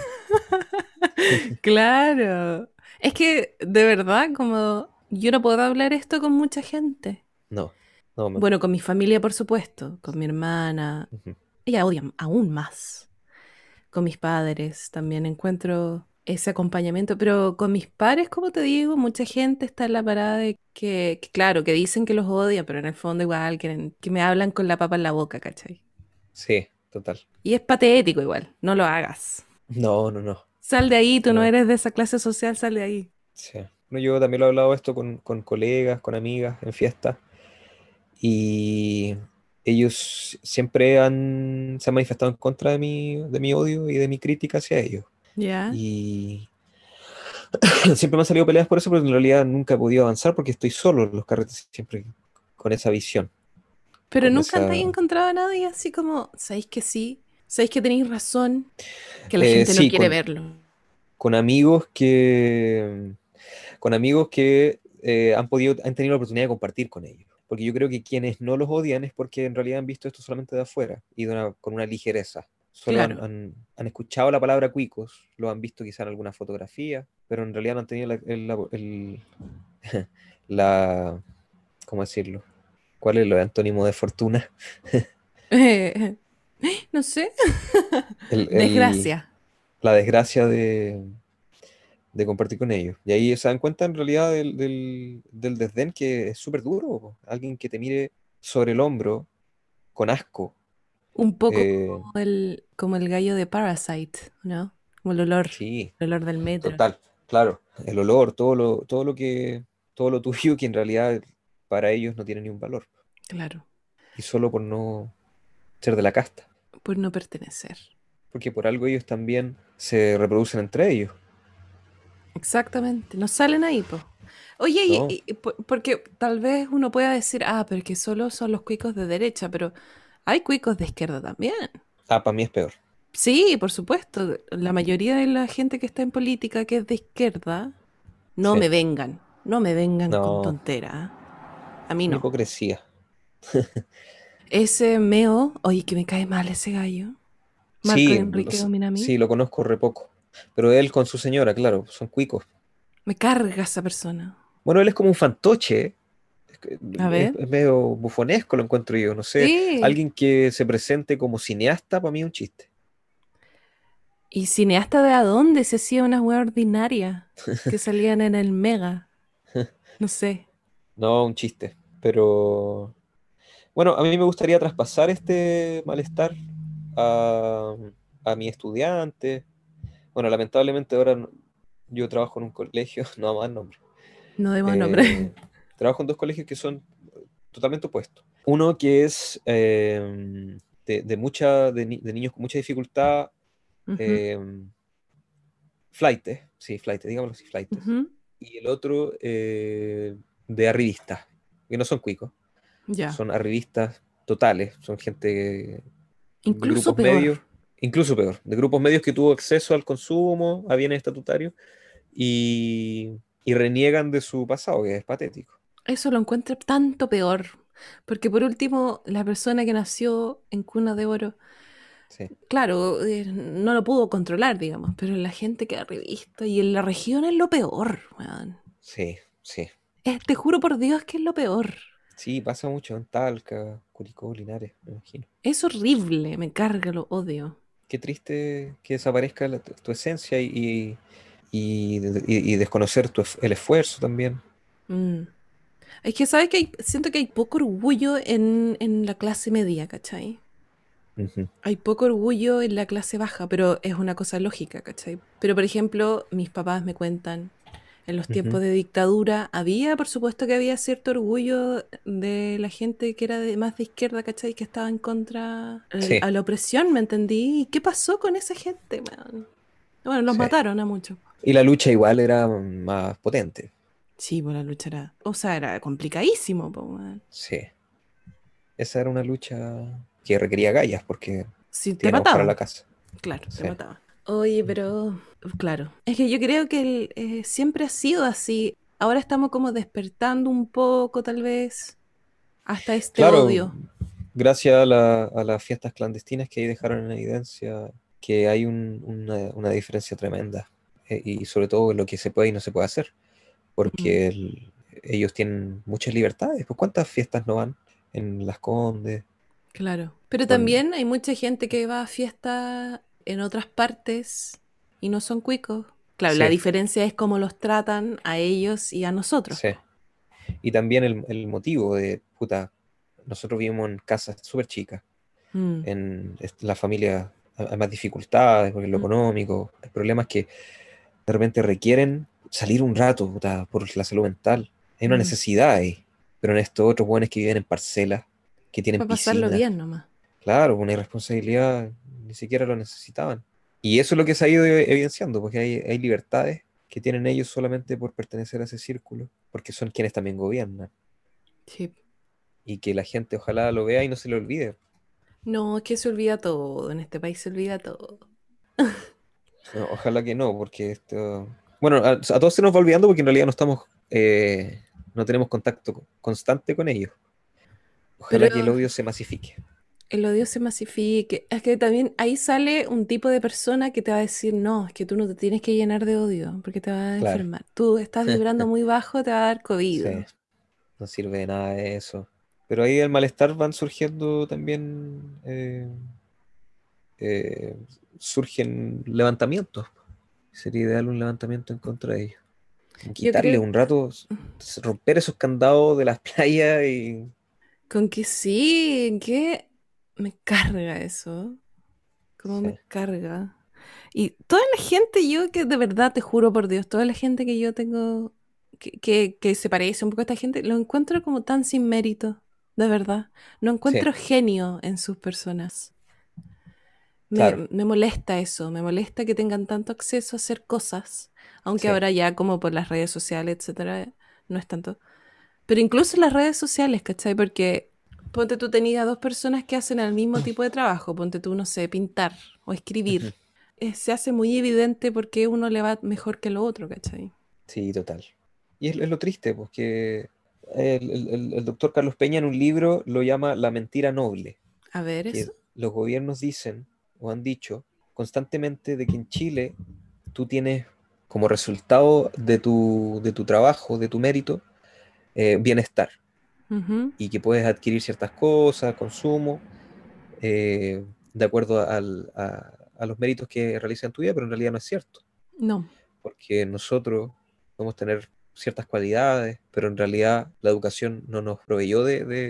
Claro. Es que, de verdad, como yo no puedo hablar esto con mucha gente. No, no, Bueno, con mi familia, por supuesto, con mi hermana. ujú. Ella odia aún más. Con mis padres también encuentro ese acompañamiento, pero con mis padres, como te digo, mucha gente está en la parada de claro, que dicen que los odia, pero en el fondo igual, que me hablan con la papa en la boca, ¿cachai? Sí, total. Y es patético igual, no lo hagas. No, no, no, Sal de ahí, tú no no. eres de esa clase social, sal de ahí. Sí. Bueno, yo también lo he hablado esto con colegas, con amigas en fiestas y ellos siempre se han manifestado en contra de mi odio y de mi crítica hacia ellos. ¿Ya? Y siempre me han salido peleas por eso, pero en realidad nunca he podido avanzar porque estoy solo en los carretes, siempre con esa visión, Pero con nunca te esa... he encontrado a nadie así como, ¿sabéis que sí? ¿Sabéis que tenéis razón? Que la gente no Sí, quiere verlo. con amigos que han tenido la oportunidad de compartir con ellos. Porque yo creo que quienes no los odian es porque en realidad han visto esto solamente de afuera y con una ligereza. Solo Claro. han escuchado la palabra cuicos, lo han visto quizá en alguna fotografía, pero en realidad no han tenido la, ¿cómo decirlo? ¿Cuál es el antónimo de fortuna? Eh, no sé. El- el- Desgracia. la desgracia de compartir con ellos. Y ahí se dan cuenta en realidad del desdén que es súper duro, po. Alguien que te mire sobre el hombro con asco. Un poco Eh, como el gallo de Parasite, ¿no? Como sí, el olor del metro. total, claro. El olor, todo lo tuyo que en realidad para ellos no tiene ni un valor. Claro, Y solo por no ser de la casta. por no pertenecer. Porque por algo ellos también se reproducen entre ellos, Exactamente, no salen ahí, pues. Oye, ¿no? porque tal vez uno pueda decir, ah, pero que solo son los cuicos de derecha, pero hay cuicos de izquierda también. Ah, para mí es peor. Sí, por supuesto. La mayoría de la gente que está en política que es de izquierda, Sí. no me vengan con No, tonteras. A mí una no. hipocresía. Ese Meo, oye, que me cae mal ese gallo. Marco Sí, Enrique sí, Dominami. lo conozco re poco. Pero él con su señora, claro, son cuicos. Me carga esa persona. Bueno, él es como un fantoche. Es, que- A ver. es medio bufonesco, lo encuentro yo. No sé, Sí. alguien que se presente como cineasta, para mí es un chiste. ¿Y cineasta de a dónde? Se hacía unas weas ordinarias que salían en el Mega. No sé. No, un chiste. Pero bueno, a mí me gustaría traspasar este malestar a, a mi estudiante. Bueno, lamentablemente ahora yo trabajo en un colegio, no más nombre. No demos nombre. Eh, Trabajo en dos colegios que son totalmente opuestos. Uno que es de niños con mucha dificultad, Ujú, eh, flaites, sí, flaites, digámoslo así, flaites. ujú. Y el otro de arribistas, que no son cuicos, Ya. son arribistas totales, son gente de Incluso grupos peor. medios, incluso peor, de grupos medios que tuvo acceso al consumo, a bienes estatutarios, y reniegan de su pasado, que es patético. Eso lo encuentro tanto peor. Porque por último, la persona que nació en cuna de oro, Sí, claro, no lo pudo controlar, digamos, pero la gente que arribista y en la región es lo peor, weón. sí, sí. Te juro por Dios que es lo peor. Sí, pasa mucho en Talca, Curicó, Linares, me imagino. Es horrible, me carga, lo odio. Qué triste que desaparezca tu esencia y desconocer el esfuerzo también. Mm. Es que, ¿sabes que siento que hay poco orgullo en la clase media, ¿cachai? Ujú, Hay poco orgullo en la clase baja, pero es una cosa lógica, ¿cachai? Pero, por ejemplo, mis papás me cuentan, en los tiempos ujú. de dictadura había, por supuesto que había cierto orgullo de la gente que era más de izquierda, ¿cachai? Que estaba en contra Sí, a la opresión, ¿me entendí? ¿Y qué pasó con esa gente, man? Bueno, los sí. mataron a muchos. Y la lucha igual era más potente. Sí, pues la lucha era, o sea, era complicadísimo, pues, man. Sí. Esa era una lucha que requería gallas porque Sí, te te iban a buscar a la mataban. casa. Claro, te Sí. mataba. Oye, Ujú. pero claro, es que yo creo que siempre ha sido así. Ahora estamos como despertando un poco, tal vez, hasta este Claro, odio. gracias a las fiestas clandestinas que ahí dejaron en evidencia que hay una diferencia tremenda. Y sobre todo en lo que se puede y no se puede hacer. Mm, Porque ellos tienen muchas libertades. Pues ¿cuántas fiestas no van en Las Condes? claro. Pero Con... también hay mucha gente que va a fiestas en otras partes y no son cuicos. Claro, la Sí, diferencia es cómo los tratan a ellos y a nosotros, sí. po. Y también el motivo de, puta, nosotros vivimos en casas súper chicas, Mm, en la familia hay más dificultades por lo mm, económico. El problema es que de repente requieren salir un rato, puta, por la salud mental. Hay una mm. necesidad ahí. Pero en estos otros buenos que viven en parcelas, que tienen Para pasarlo piscina, bien nomás. claro, una irresponsabilidad, ni siquiera lo necesitaban. Y eso es lo que se ha ido evidenciando, porque hay libertades que tienen ellos solamente por pertenecer a ese círculo, porque son quienes también gobiernan. Sí. Y que la gente ojalá lo vea y no se le olvide. No, es que se olvida todo. En este país se olvida todo. No, ojalá que no, porque esto... Bueno, a todos se nos va olvidando porque en realidad no estamos, no tenemos contacto constante con ellos. Pero Ojalá que el odio se masifique. el odio se masifique. Es que también ahí sale un tipo de persona que te va a decir, no, es que tú no te tienes que llenar de odio porque te va a Claro, enfermar. Tú estás vibrando muy bajo, te va a dar COVID. sí, no sirve de nada de eso. Pero ahí el malestar van surgiendo también, eh, surgen levantamientos. Sería ideal un levantamiento en contra de ellos. Como Yo quitarle creo un rato, romper esos candados de las playas y... con que sí, que me carga eso. Cómo Sí, me carga. Y toda la gente, yo que de verdad te juro por Dios, toda la gente que yo tengo que se parece un poco a esta gente, lo encuentro como tan sin mérito, de verdad. No sí, encuentro genio en sus personas. claro, Me molesta eso, me molesta que tengan tanto acceso a hacer cosas, aunque sí. ahora ya como por las redes sociales, etcétera, no es tanto. Pero incluso las redes sociales, ¿cachai? Porque ponte tú tenías dos personas que hacen el mismo tipo de trabajo, ponte tú, no sé, pintar o escribir. Ujú. Se hace muy evidente por qué uno le va mejor que lo otro, ¿cachai? Sí, total. Y es lo triste, pues que el doctor Carlos Peña en un libro lo llama la mentira noble, A ver que eso. los gobiernos dicen o han dicho constantemente de que en Chile tú tienes como resultado de tu trabajo, de tu mérito, bienestar Ujú. y que puedes adquirir ciertas cosas, consumo, de acuerdo a los méritos que realizas en tu vida, pero en realidad no es cierto, No. porque nosotros podemos tener ciertas cualidades, pero en realidad la educación no nos proveyó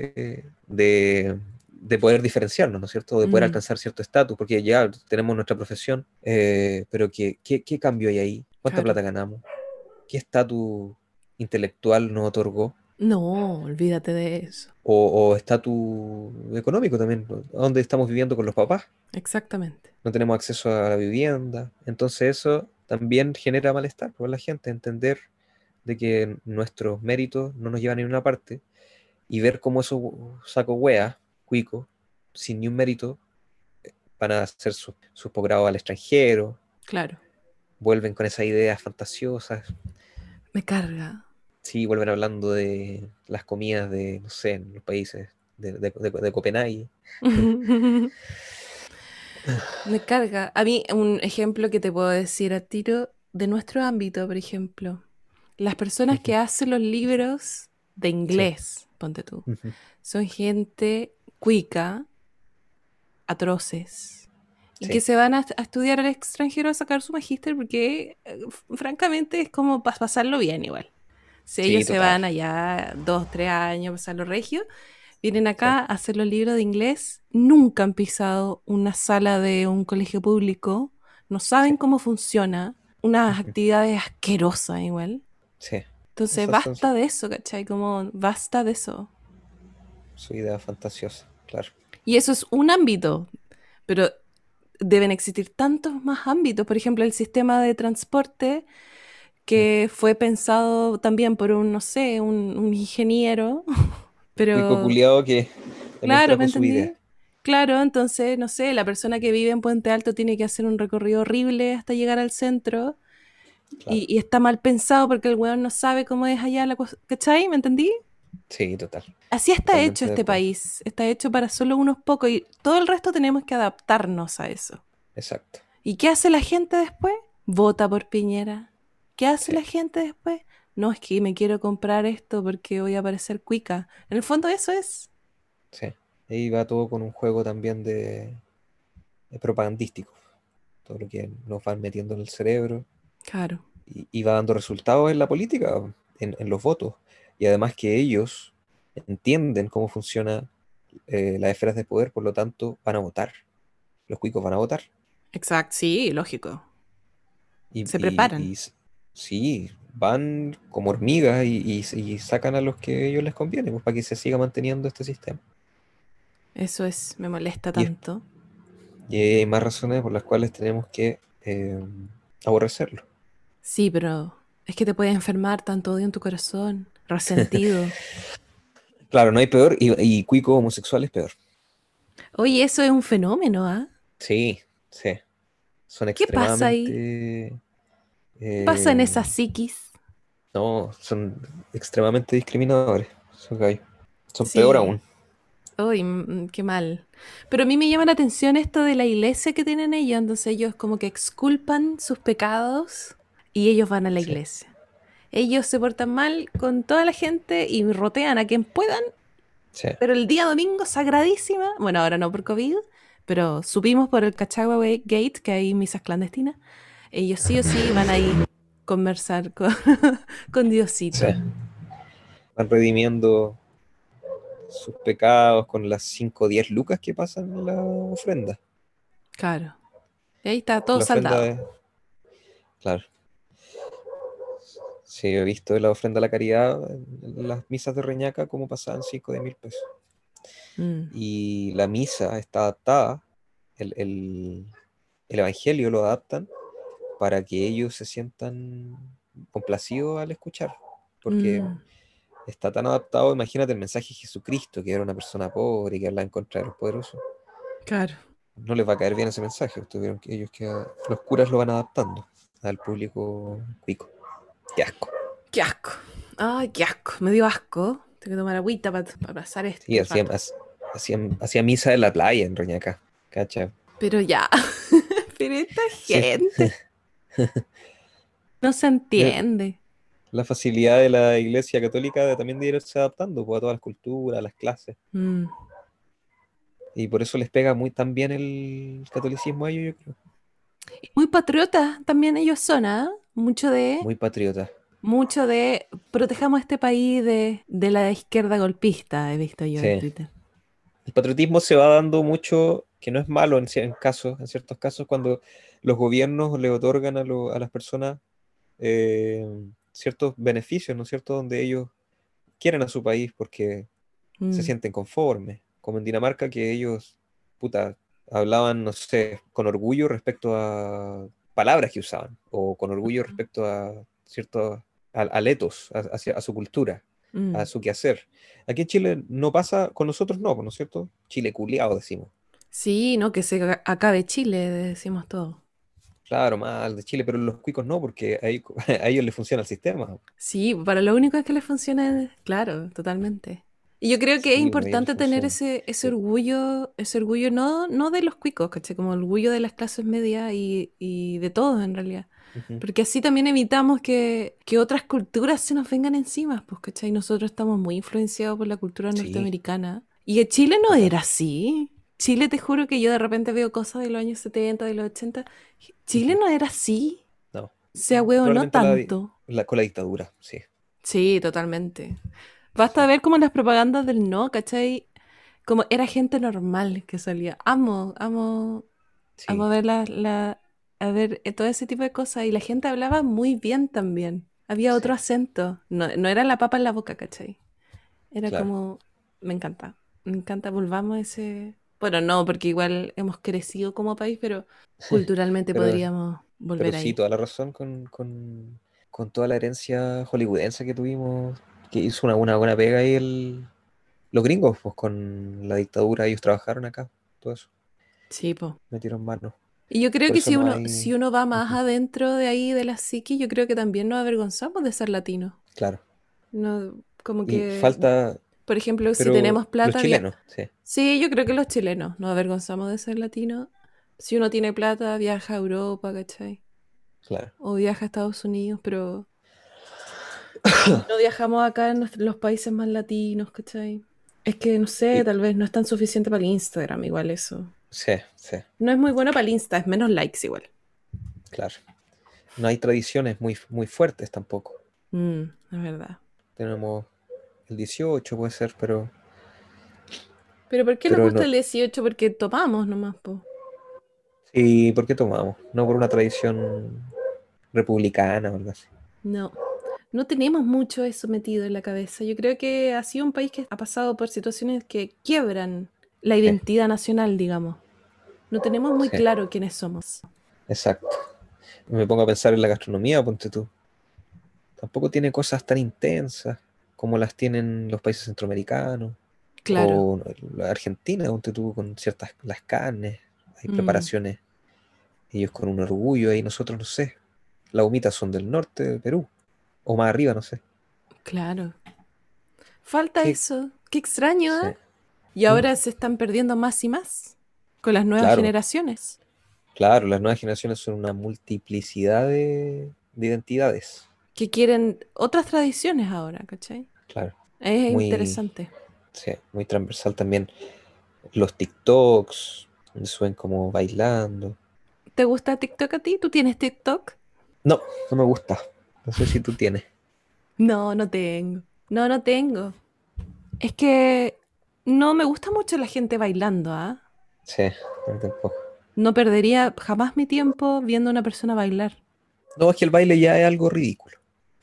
de poder diferenciarnos, ¿no es cierto? De poder Mm, alcanzar cierto estatus, porque ya tenemos nuestra profesión, pero ¿qué cambio hay ahí? ¿Cuánta claro. plata ganamos? ¿Qué estatus intelectual nos otorgó? No, olvídate de eso. O estatus económico también, ¿no? ¿Dónde estamos viviendo con los papás? Exactamente. No tenemos acceso a la vivienda. Entonces eso también genera malestar por la gente, entender de que nuestros méritos no nos llevan a ninguna parte y ver cómo esos sacos weas, cuicos, sin ni un mérito, van a hacer sus posgrados al extranjero, Claro. vuelven con esas ideas fantasiosas, Me carga. sí, vuelven hablando de las comidas de, no sé, en los países de Copenhague. Me carga. A mí, un ejemplo que te puedo decir a tiro de nuestro ámbito, por ejemplo. Las personas que hacen los libros de Sí. inglés, ponte tú, Ujú. son gente cuica, atroces, y que Sí, se van a estudiar al extranjero a sacar su magíster porque, francamente, es como para pasarlo bien igual. Si ellos sí, se total. van allá 2, 3 años, pasarlo regio, vienen Sí. acá a hacer los libros de inglés, nunca han pisado una sala de un colegio público, no Sí. saben cómo funciona, unas Ujú. actividades asquerosas igual. Sí. Entonces, Esas son basta de eso, ¿cachai? Como, basta de eso. su idea fantasiosa, claro. Y eso es un ámbito, pero deben existir tantos más ámbitos. Por ejemplo, el sistema de transporte Mm. que fue pensado también por un, no sé, un ingeniero, Un cuico pero culiado que también claro, ¿me trajo su idea. entendí? Claro, entonces, no sé, la persona que vive en Puente Alto tiene que hacer un recorrido horrible hasta llegar al centro Claro. y está mal pensado porque el weón no sabe cómo es allá la cosa, ¿cachai? ¿Me entendí? Sí, total. Así está hecho Totalmente de este acuerdo. país, está hecho para solo unos pocos y todo el resto tenemos que adaptarnos a eso. Exacto. ¿Y qué hace la gente después? Vota por Piñera. ¿Qué hace Sí, la gente después? No, es que me quiero comprar esto porque voy a parecer cuica. En el fondo eso es. sí. Ahí va todo con un juego también de propagandístico. Todo lo que nos van metiendo en el cerebro Claro, y va dando resultados en la política, en los votos. Y además que ellos entienden cómo funciona las esferas de poder, por lo tanto van a votar. Los cuicos van a votar. exacto, sí, lógico. Y, Se y- preparan. y s- sí, van como hormigas y sacan a los que a ellos les conviene, pues, para que se siga manteniendo este sistema. Eso es, me molesta Y, es- tanto. y hay más razones por las cuales tenemos que aborrecerlo. Sí, pero es que te puede enfermar tanto odio en tu corazón, resentido. Claro, no hay peor, y cuico homosexual es peor. Oye, eso es un fenómeno, ¿ah? Sí, sí. Son ¿Qué pasa ahí? extremadamente, ¿Qué pasa en eh, esa psiquis? no, son extremadamente discriminadores. Son gallos. Son peor Sí, aún. Uy, qué mal. Pero a mí me llama la atención esto de la iglesia que tienen ellos. Entonces ellos como que exculpan sus pecados y ellos van a la Sí, iglesia. Ellos se portan mal con toda la gente y rotean a quien puedan, sí. pero el día domingo, sagradísima, bueno, ahora no por COVID, pero supimos por el Cachagua Gate que hay misas clandestinas. Ellos sí o sí van a ir conversar con, con Sí. Diosito. Van redimiendo sus pecados con las 5 o 10 lucas que pasan en la ofrenda. Claro. Y ahí está todo La ofrenda saldado. es, claro, sí, he visto la ofrenda a la caridad en las misas de Reñaca como pasaban 5 de 1000 pesos. Mm, Y la misa está adaptada, el evangelio lo adaptan para que ellos se sientan complacidos al escuchar. Porque mm, está tan adaptado, imagínate el mensaje de Jesucristo, que era una persona pobre, que hablaba en contra de los poderosos. claro. No les va a caer bien ese mensaje. Tuvieron que ellos que los curas lo van adaptando al público cuico. Qué asco. Qué asco. Ay, qué asco. Me dio asco. Tengo que tomar agüita para pasar Sí, este rato. hacía misa en la playa en Reñaca. ¿Cacha? Pero ya. Pero esta Sí, gente no se eh, entiende. la facilidad de la iglesia católica también de irse adaptando pues, a todas las culturas, a las clases. Mm. Y por eso les pega muy tan bien el catolicismo a ellos, yo creo. Muy patriotas también ellos son, ¿ah? Muy patriota. Mucho de protejamos este país de la izquierda golpista, he visto yo en Sí. Twitter. El patriotismo se va dando mucho, que no es malo en ciertos casos, cuando los gobiernos le otorgan a las personas eh, ciertos beneficios, ¿no es cierto?, donde ellos quieren a su país porque se Mm, sienten conformes, como en Dinamarca que ellos, puta, hablaban, no sé, con orgullo respecto a palabras que usaban, o con orgullo respecto a ciertos aletos, hacia, a su cultura, a mm. su quehacer. Aquí en Chile no pasa, con nosotros no es cierto? Chile culiao decimos. Sí, no, que se acabe Chile, decimos todo. Claro, mal de Chile, pero los cuicos no, porque a ellos les funciona el sistema. Sí, para lo único es que les funciona, claro, totalmente. Y yo creo que es Sí, pues a ellos les importante tener funciona. Sí, ese orgullo no de los cuicos, ¿cachai? Como orgullo de las clases medias y de todos en realidad. ujú, Porque así también evitamos que otras culturas se nos vengan encima, pues, ¿cachai? Nosotros estamos muy influenciados por la cultura sí, norteamericana. Y en Chile no total. era así. Chile, te juro que yo de repente veo cosas de los años 70 de los 80. Chile Ujú. no era así. No, Se no probablemente tanto. con la dictadura, sí, Sí, totalmente. Basta sí, ver como las propagandas del no, ¿cachai? Como era gente normal que salía. Amo sí, ver a ver todo ese tipo de cosas. Y la gente hablaba muy bien también. Había sí, otro acento. No era la papa en la boca, ¿cachai? Era claro. como, me encanta. Me encanta, volvamos a ese. Bueno, no, porque igual hemos crecido como país, pero culturalmente Pero, podríamos pero volver sí, ahí. toda la razón con toda la herencia hollywoodense que tuvimos, que hizo una buena pega ahí los gringos, pues con la dictadura, ellos trabajaron acá, todo eso, Sí, po. metieron mano. Y yo creo Por que eso no si hay. uno va más Ujú, adentro de ahí de la psique, yo creo que también nos avergonzamos de ser latinos. claro. No, como Y que, falta, por ejemplo, si pero tenemos los plata, chilenos, sí, sí, yo creo que los chilenos nos avergonzamos de ser latinos. Si uno tiene plata, viaja a Europa, ¿cachai? claro. O viaja a Estados Unidos, pero no viajamos acá en los países más latinos, ¿cachai? Es que, no sé, Y, tal vez no es tan suficiente para el Instagram, igual eso. sí, sí, No es muy bueno para el Insta, es menos likes igual. claro. No hay tradiciones muy fuertes tampoco. Es verdad. Tenemos el 18 puede ser, Pero ¿por qué nos pero gusta no. el 18? Porque tomamos nomás, po. ¿Y por qué tomamos? No por una tradición republicana o algo así. No, no tenemos mucho eso metido en la cabeza. Yo creo que ha sido un país que ha pasado por situaciones que quiebran la Sí, identidad nacional, digamos. No tenemos muy sí, claro quiénes somos. exacto. Me pongo a pensar en la gastronomía, ponte tú. Tampoco tiene cosas tan intensas como las tienen los países centroamericanos Claro. o la Argentina, ponte tú con ciertas las carnes, hay Mm, preparaciones, ellos con un orgullo y nosotros no sé. Las humitas son del norte de Perú o más arriba, no sé. claro. Falta ¿Qué? eso. Qué extraño, Sí. ¿ah? Y Mm, ahora se están perdiendo más y más con las nuevas claro, generaciones claro, las nuevas generaciones son una multiplicidad de identidades. que quieren otras tradiciones ahora, ¿cachai? Claro, Es muy, interesante. sí, muy transversal también. Los TikToks, donde suben como bailando. ¿Te gusta TikTok a ti? ¿Tú tienes TikTok? No, no me gusta. No sé si tú tienes. No, no tengo. No, no tengo. Es que no me gusta mucho la gente bailando, ¿ah? Sí, no tampoco. No perdería jamás mi tiempo viendo a una persona bailar. No, es que el baile ya es algo ridículo.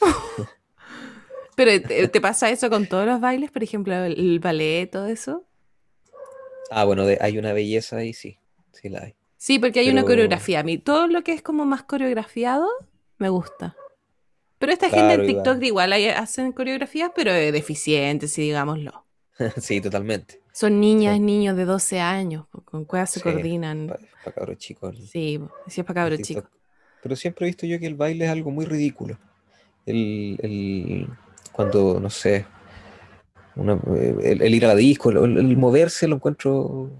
Pero ¿te pasa eso con todos los bailes? Por ejemplo, el ballet, todo eso. Ah, bueno, hay una belleza ahí, sí, sí la hay. Sí, porque hay una Pero, coreografía. A mí todo lo que es como más coreografiado me gusta. Pero esta gente en claro, TikTok igual. igual hacen coreografías, pero deficientes, sí, digámoslo. Sí, totalmente. Son niñas y Sí, niños de 12 años, con cuevas se sí, coordinan. para cabros chicos Sí, po, así es para el cabros chicos. TikTok. Pero siempre he visto yo que el baile es algo muy ridículo. Cuando, no sé, el ir a la disco, el moverse lo encuentro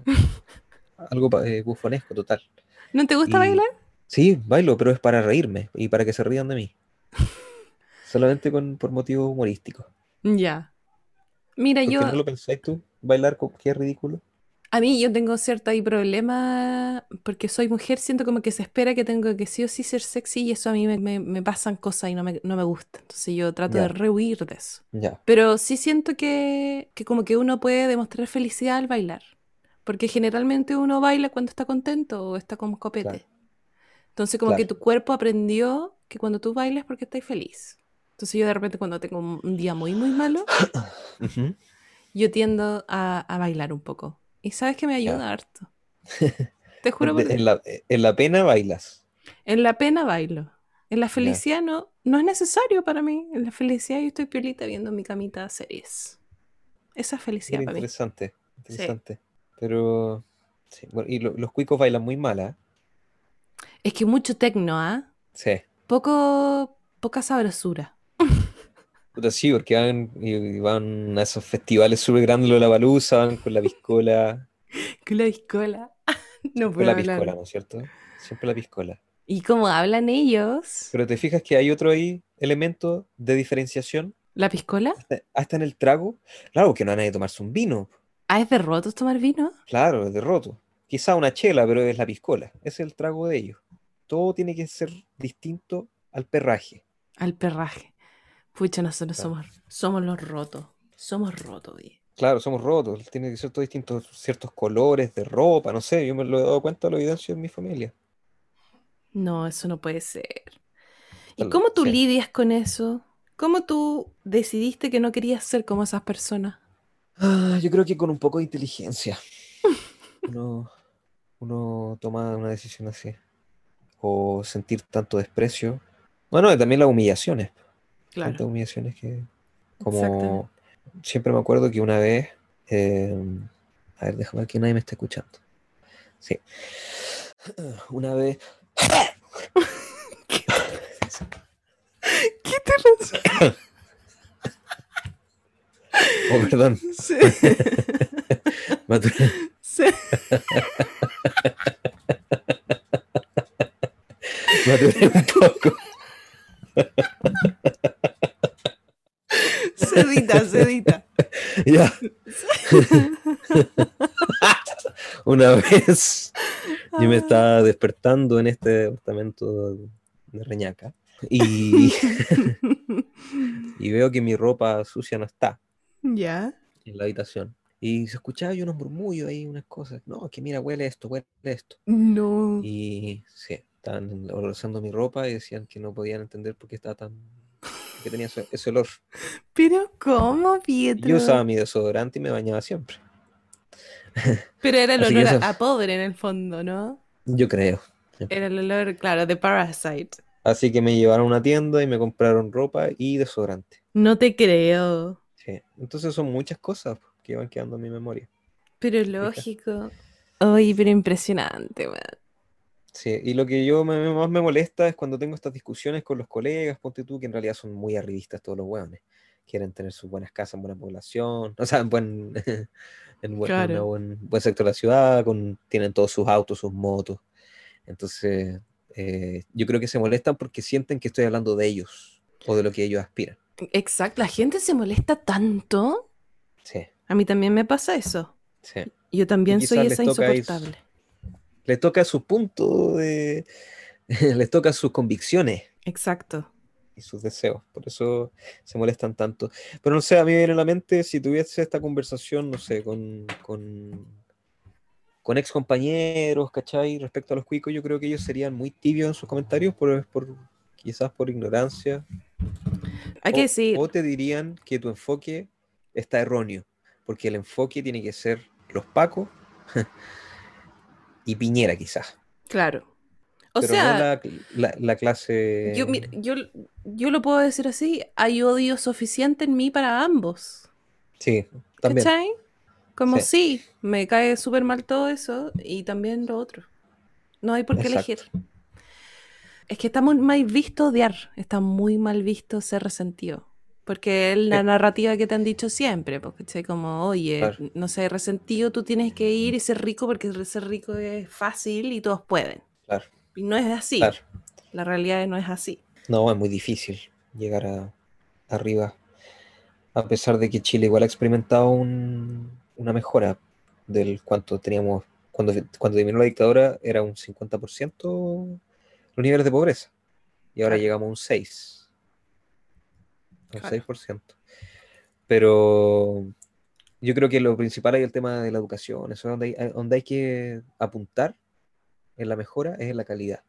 algo bufonesco total. ¿No te gusta Y bailar? sí, bailo, pero es para reírme y para que se rían de mí. Solamente por motivos humorísticos. Ya. Mira, ¿Por qué no yo, lo pensáis tú? Bailar, qué ridículo. a mí yo tengo cierto ahí problema porque soy mujer, siento como que se espera que tengo que sí o sí ser sexy y eso a mí me pasan cosas y no me gusta. Entonces yo trato de Ya, rehuir de eso. ya, Pero sí siento que como que uno puede demostrar felicidad al bailar. Porque generalmente uno baila cuando está contento o está como claro, copete. Entonces como que claro. tu cuerpo aprendió que cuando tú bailas es porque estás feliz. Entonces yo de repente cuando tengo un día muy, muy malo, Ujú, yo tiendo a bailar un poco. Y sabes que me ya. ayuda harto. Te juro por Dios. En la pena bailas. En la pena bailo. En la Ya. felicidad no, no es necesario para mí. En la felicidad yo estoy piolita viendo mi camita series. Esa es felicidad Mira, para mí. interesante, Sí. interesante. Pero, sí, bueno, y los cuicos bailan muy mal, ¿ah? Es que mucho tecno, ¿ah? Sí. Poca sabrosura. Puta, sí, porque y van a esos festivales súper grandes, Lollapalooza, van con la piscola. Que la discola. No Siempre puedo la hablar. piscola, ¿no es cierto? Siempre la piscola. ¿Y cómo hablan ellos? Pero te fijas que hay otro ahí elemento de diferenciación, ¿La piscola? hasta en el trago. Claro, que no van a tomarse un vino. Ah, ¿es de rotos tomar vino? Claro, es de roto. Quizá una chela, pero es la piscola. Es el trago de ellos. Todo tiene que ser distinto al perraje. Al perraje. Pucha, nosotros Claro, somos los rotos. Somos rotos, oye. claro, somos rotos. Tiene que ser todo distinto. Ciertos colores de ropa, no sé. Yo me lo he dado cuenta, lo evidencio en mi familia. No, eso no puede ser. ¿Y cómo tú Sí. lidias con eso? ¿Cómo tú decidiste que no querías ser como esas personas? Ah, yo creo que con un poco de inteligencia uno, uno toma una decisión así. O sentir tanto desprecio. Bueno, y también las humillaciones. Claro, Tantas humillaciones que, exactamente. como siempre me acuerdo que una vez, eh, a ver, déjame ver que nadie me está escuchando. Sí, una vez, ¿Qué te, qué te pasa? oh, perdón, Sí. me aturé, Sí. me aturé un poco. Sedita, sedita. Ya, Sí. una vez yo me Ah. estaba despertando en este departamento de Reñaca y, y veo que mi ropa sucia no está Ya. en la habitación. Y se escuchaba yo unos murmullos ahí, unas cosas. No, que mira, huele esto, huele esto. No. Y sí, estaban olorando mi ropa y decían que no podían entender por qué estaba tan, por qué tenía ese olor. Pero ¿cómo, Y yo Pietro? usaba mi desodorante y me bañaba siempre. Pero era el Así que olor eso, a podre en el fondo, ¿no? yo creo. Sí. Era el olor, claro, de Parasite. Así que me llevaron a una tienda y me compraron ropa y desodorante. No te creo. Sí. Entonces son muchas cosas que van quedando en mi memoria. Pero ¿Te fijas? lógico. Ay, pero impresionante, weón. Sí, y lo que más me molesta es cuando tengo estas discusiones con los colegas, ponte tú, que en realidad son muy arribistas todos los hueones. Quieren tener sus buenas casas, buena población, o sea, en un Claro. buen sector de la ciudad, tienen todos sus autos, sus motos. Entonces, yo creo que se molestan porque sienten que estoy hablando de ellos o de lo que ellos aspiran. Exacto, la gente se molesta tanto. Sí, A mí también me pasa eso. sí. Yo Y también soy quizás esa insoportable. les toca su punto de, les toca sus convicciones Exacto. y sus deseos. Por eso se molestan tanto. Pero no sé, a mí me viene a la mente si tuviese esta conversación, no sé, con ex compañeros, ¿cachai? Respecto a los cuicos, yo creo que ellos serían muy tibios en sus comentarios, quizás por ignorancia, Hay que o decir, te dirían que tu enfoque está erróneo, porque el enfoque tiene que ser los pacos y Piñera quizás, claro. O pero no sea, la mira, clase... yo lo puedo decir así, hay odio suficiente en mí para ambos. Sí, también, ¿Cachai? Como sí, sí, me cae súper mal todo eso y también lo otro. No hay por qué exacto. elegir. Es que está muy mal visto odiar, está muy mal visto ser resentido. Porque es la Sí, narrativa que te han dicho siempre, porque ¿cachai? Como, oye, claro, no sé, resentido, tú tienes que ir y ser rico porque ser rico es fácil y todos pueden. claro, Y no es así. claro. La realidad no es así. No, es muy difícil llegar arriba, a pesar de que Chile igual ha experimentado una mejora del cuánto teníamos, cuando terminó la dictadura era un 50% los niveles de pobreza, y ahora Claro, llegamos a un claro. 6%. Pero yo creo que lo principal es el tema de la educación, eso es donde hay que apuntar en la mejora, es en la calidad,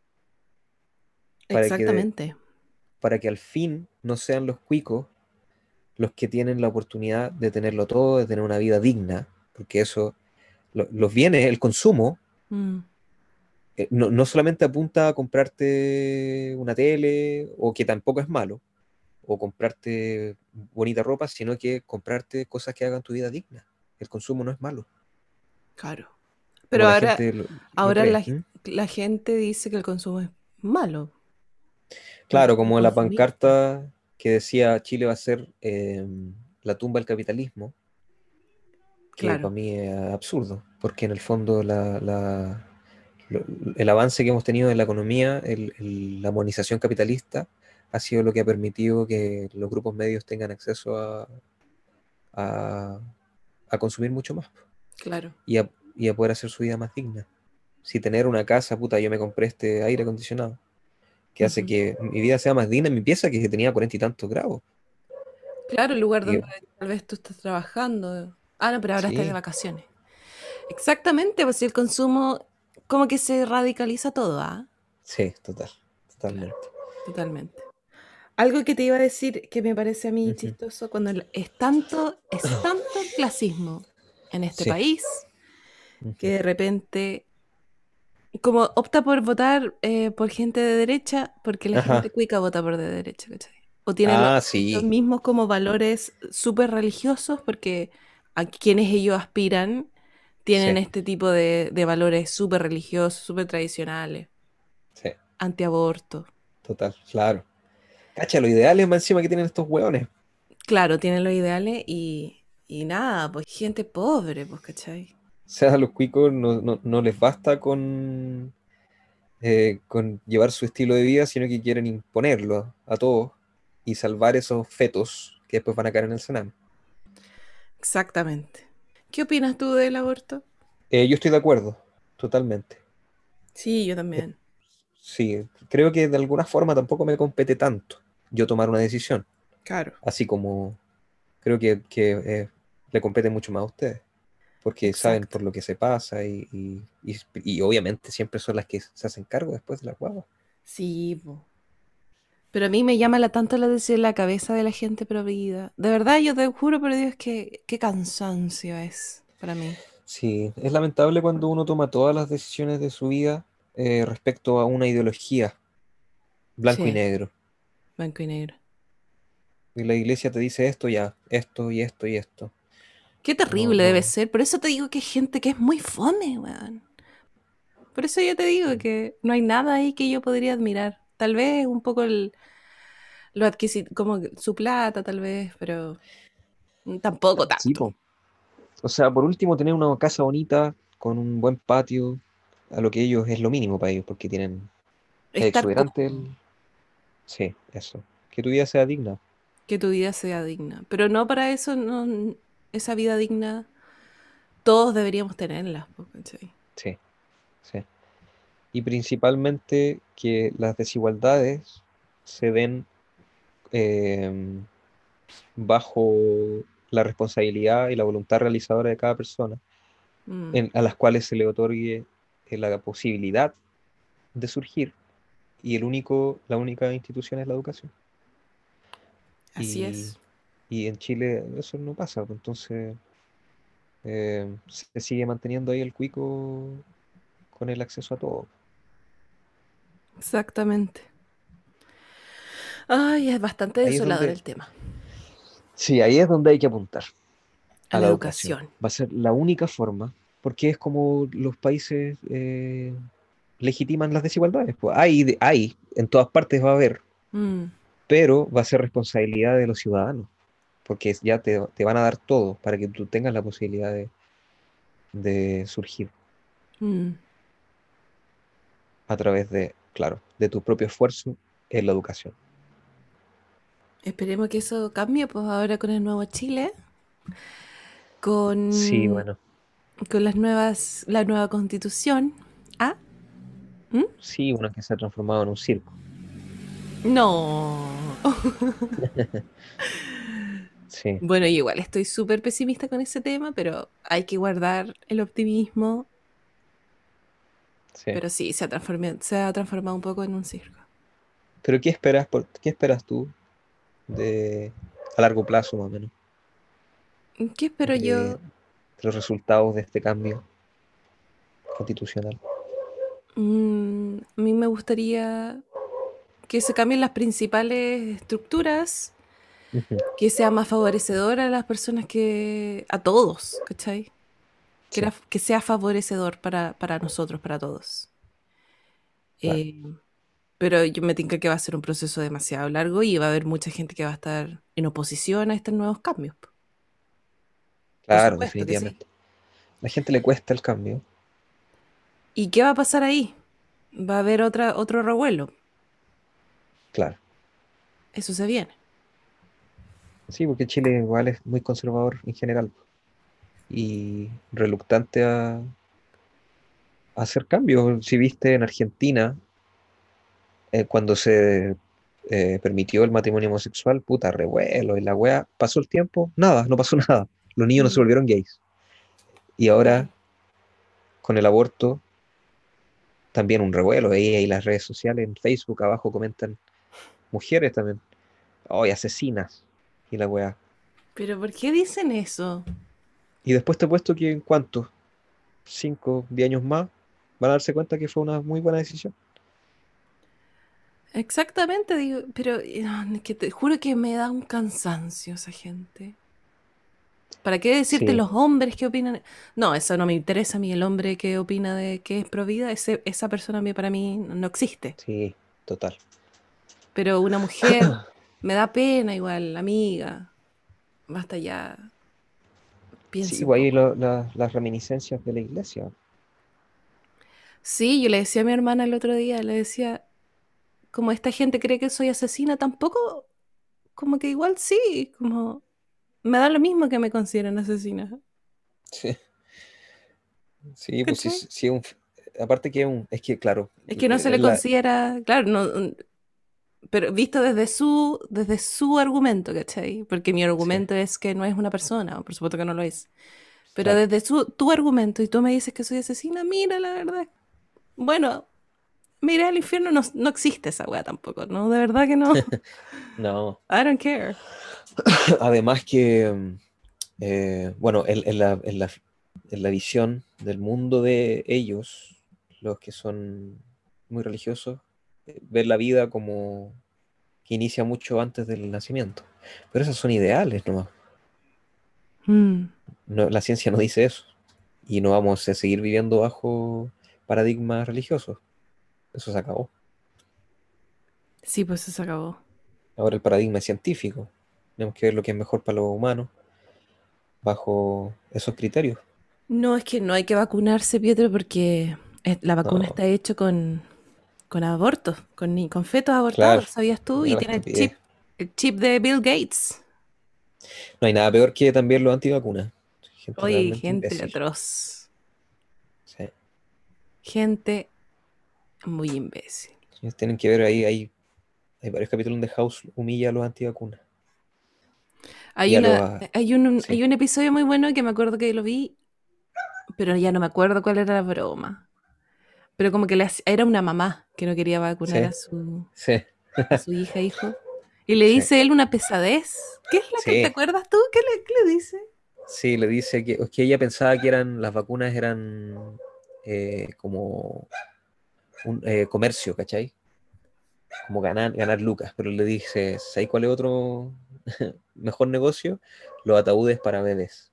para que, Exactamente. para que al fin no sean los cuicos los que tienen la oportunidad de tenerlo todo, de tener una vida digna, porque eso, los bienes, el consumo, Mm, no solamente apunta a comprarte una tele, o que tampoco es malo, o comprarte bonita ropa, sino que comprarte cosas que hagan tu vida digna. El consumo no es malo, claro. como Pero la ahora, gente lo ahora cree. la, ¿Mm? la gente dice que el consumo es malo. Claro, El como la consumismo. pancarta que decía Chile va a ser la tumba del capitalismo, que para Claro, mí es absurdo, porque en el fondo lo- el avance que hemos tenido en la economía, la monización capitalista, ha sido lo que ha permitido que los grupos medios tengan acceso a, a consumir mucho más claro. y a poder hacer su vida más digna. Si tener una casa, puta, yo me compré este aire acondicionado, que hace Ujú. que mi vida sea más digna en mi pieza, que tenía 40 y tantos grados. Claro, el lugar Y, donde tal vez tú estás trabajando. Ah, no, pero ahora estás de sí, vacaciones. Exactamente, pues si el consumo como que se radicaliza todo, ¿ah? sí, Claro, totalmente. totalmente. Algo que te iba a decir que me parece a mí Ujú. chistoso cuando es tanto el clasismo en este Sí, país que ujú. de repente como opta por votar por gente de derecha, porque la gente Ajá. cuica vota por de derecha, ¿cachai? O tiene Ah, los sí, mismos como valores súper religiosos, porque a quienes ellos aspiran tienen sí, este tipo de valores súper religiosos, súper tradicionales, sí, antiaborto. total, claro. Cacha, lo ideal es más encima que tienen estos hueones. Claro, tienen los ideales y nada, pues gente pobre, pues, ¿cachai? O sea, a los cuicos no les basta con llevar su estilo de vida, sino que quieren imponerlo a todos y salvar esos fetos que después van a caer en el Sename. Exactamente. ¿Qué opinas tú del aborto? Yo estoy de acuerdo, totalmente. Sí, yo Eh, también. sí, creo que de alguna forma tampoco me compete tanto yo tomar una decisión, Claro, así como creo que le compete mucho más a ustedes, porque saben exacto. por lo que se pasa y obviamente siempre son las que se hacen cargo después de la guagua. Sí, po. Pero a mí me llama tanto la atención la cabeza de la gente provida. De verdad, yo te juro por Dios que qué cansancio es para mí. Sí, es lamentable cuando uno toma todas las decisiones de su vida respecto a una ideología, blanco y Sí, negro. blanco y negro. Y la iglesia te dice esto ya, esto y esto y esto. Qué No, terrible debe no. ser. Por eso te digo que hay gente que es muy fome, weón. Por eso yo te digo que no hay nada ahí que yo podría admirar. Tal vez un poco lo adquisitivo, como su plata, tal vez, pero tampoco Sí, tanto. po. O sea, por último, tener una casa bonita, con un buen patio, a lo que ellos es lo mínimo para ellos, porque tienen, es Estar exuberante cómodo, el... Sí, eso. Que tu vida sea digna. que tu vida sea digna. Pero no para eso, no, esa vida digna, todos deberíamos tenerla, po, ¿cachai? Sí, sí. Y principalmente que las desigualdades se den eh, bajo la responsabilidad y la voluntad realizadora de cada persona, Mm, a las cuales se le otorgue la posibilidad de surgir, y la única institución es la educación. así Y, es. y en Chile eso no pasa, pues. Entonces se sigue manteniendo ahí el cuico con el acceso a todo. Exactamente. Ay, es bastante Ahí es desolador donde, el tema. sí, ahí es donde hay que apuntar, A a la la educación. educación. Va a ser la única forma, porque es como los países legitiman las desigualdades. Pues hay, en todas partes va a haber, Mm, pero va a ser responsabilidad de los ciudadanos, porque ya te van a dar todo para que tú tengas la posibilidad de surgir mm. a través de, claro, de tu propio esfuerzo en la educación. Esperemos que eso cambie, pues ahora con el nuevo Chile, Sí, con, bueno, con la nueva constitución. ¿Ah? ¿Mm? sí, uno que se ha transformado en un circo. No. Sí, Bueno, yo igual estoy súper pesimista con ese tema, pero hay que guardar el optimismo. sí. Pero sí, se ha transformado un poco en un circo. Pero qué esperas tú de a largo plazo más o menos ¿Qué espero de yo? los resultados de este cambio constitucional? A mí me gustaría que se cambien las principales estructuras, Ujú. que sea más favorecedor a las personas a todos, ¿cachai? Sí, Que sea favorecedor para nosotros, para todos. claro. Eh, pero yo me tinca que va a ser un proceso demasiado largo y va a haber mucha gente que va a estar en oposición a estos nuevos cambios. Por Claro, supuesto que sí. definitivamente. A la gente le cuesta el cambio, ¿Y qué va a pasar ahí? Va a haber otro revuelo. claro. Eso se viene. Sí, porque Chile igual es muy conservador en general y reluctante a hacer cambios. Si viste en Argentina, cuando se permitió el matrimonio homosexual, puta, revuelo y la wea, pasó el tiempo, nada, no pasó nada. Los niños no se Mm, volvieron gays. Y claro. ahora, con el aborto, también un revuelo. Ahí las redes sociales, en Facebook abajo comentan mujeres también. ¡Ay, asesinas! Y la wea. Pero ¿por qué dicen eso? Y después te he puesto que en cuántos, 5, 10 años más, van a darse cuenta que fue una muy buena decisión. Exactamente, digo, pero es que te juro que me da un cansancio esa gente. ¿Para qué decirte Sí, los hombres qué opinan? No, eso no me interesa a mí, el hombre que opina de que es provida, esa persona para mí no existe. sí, total. Pero una mujer me da pena igual, amiga. Basta ya, piense Sí, un pues ahí poco. las reminiscencias de la iglesia. Sí, yo le decía a mi hermana el otro día, le decía, como esta gente cree que soy asesina, tampoco, como que igual sí, como me da lo mismo que me consideren asesina. Sí, sí, pues sí, ¿Cachai? sí, aparte que es que claro, Es que no se le considera, claro, no, pero visto desde su argumento, ¿cachai? Porque mi sí, argumento es que no es una persona, por supuesto que no lo es. Pero claro. desde tu argumento y tú me dices que soy asesina, mira, la verdad. Bueno, mira, el infierno no existe esa weá tampoco, ¿no? De verdad que no. No, I don't care. además que, bueno, en la visión del mundo de ellos, los que son muy religiosos, ver la vida como que inicia mucho antes del nacimiento. Pero esos son ideales nomás. Mm, No, la ciencia no dice eso. Y no vamos a seguir viviendo bajo paradigmas religiosos. Eso se acabó. sí, pues se acabó. Ahora el paradigma es científico. Tenemos que ver lo que es mejor para los humanos. bajo esos criterios. No, es que no hay que vacunarse, Pietro, porque la vacuna No, está hecha con abortos, con fetos claro, abortados, ¿sabías tú? Y una tiene estupidez. el chip de Bill Gates. No hay nada peor que también los antivacunas. Gente Oye, realmente gente imbécil. atroz. Sí. Gente muy imbécil. Ellos tienen que ver ahí, hay varios capítulos donde House humilla a los antivacunas. Y a los... Hay Sí, un episodio muy bueno que me acuerdo que lo vi, pero ya no me acuerdo cuál era la broma. Pero como que era una mamá que no quería vacunar sí, sí, a su hija, hijo. Y le sí, dice él una pesadez. ¿Qué es la que te sí, acuerdas tú? Qué le dice? sí, le dice que, es que ella pensaba que las vacunas eran como un comercio, ¿cachai? Como ganar lucas, pero le dice, ¿sabes cuál es otro mejor negocio? Los ataúdes para bebés.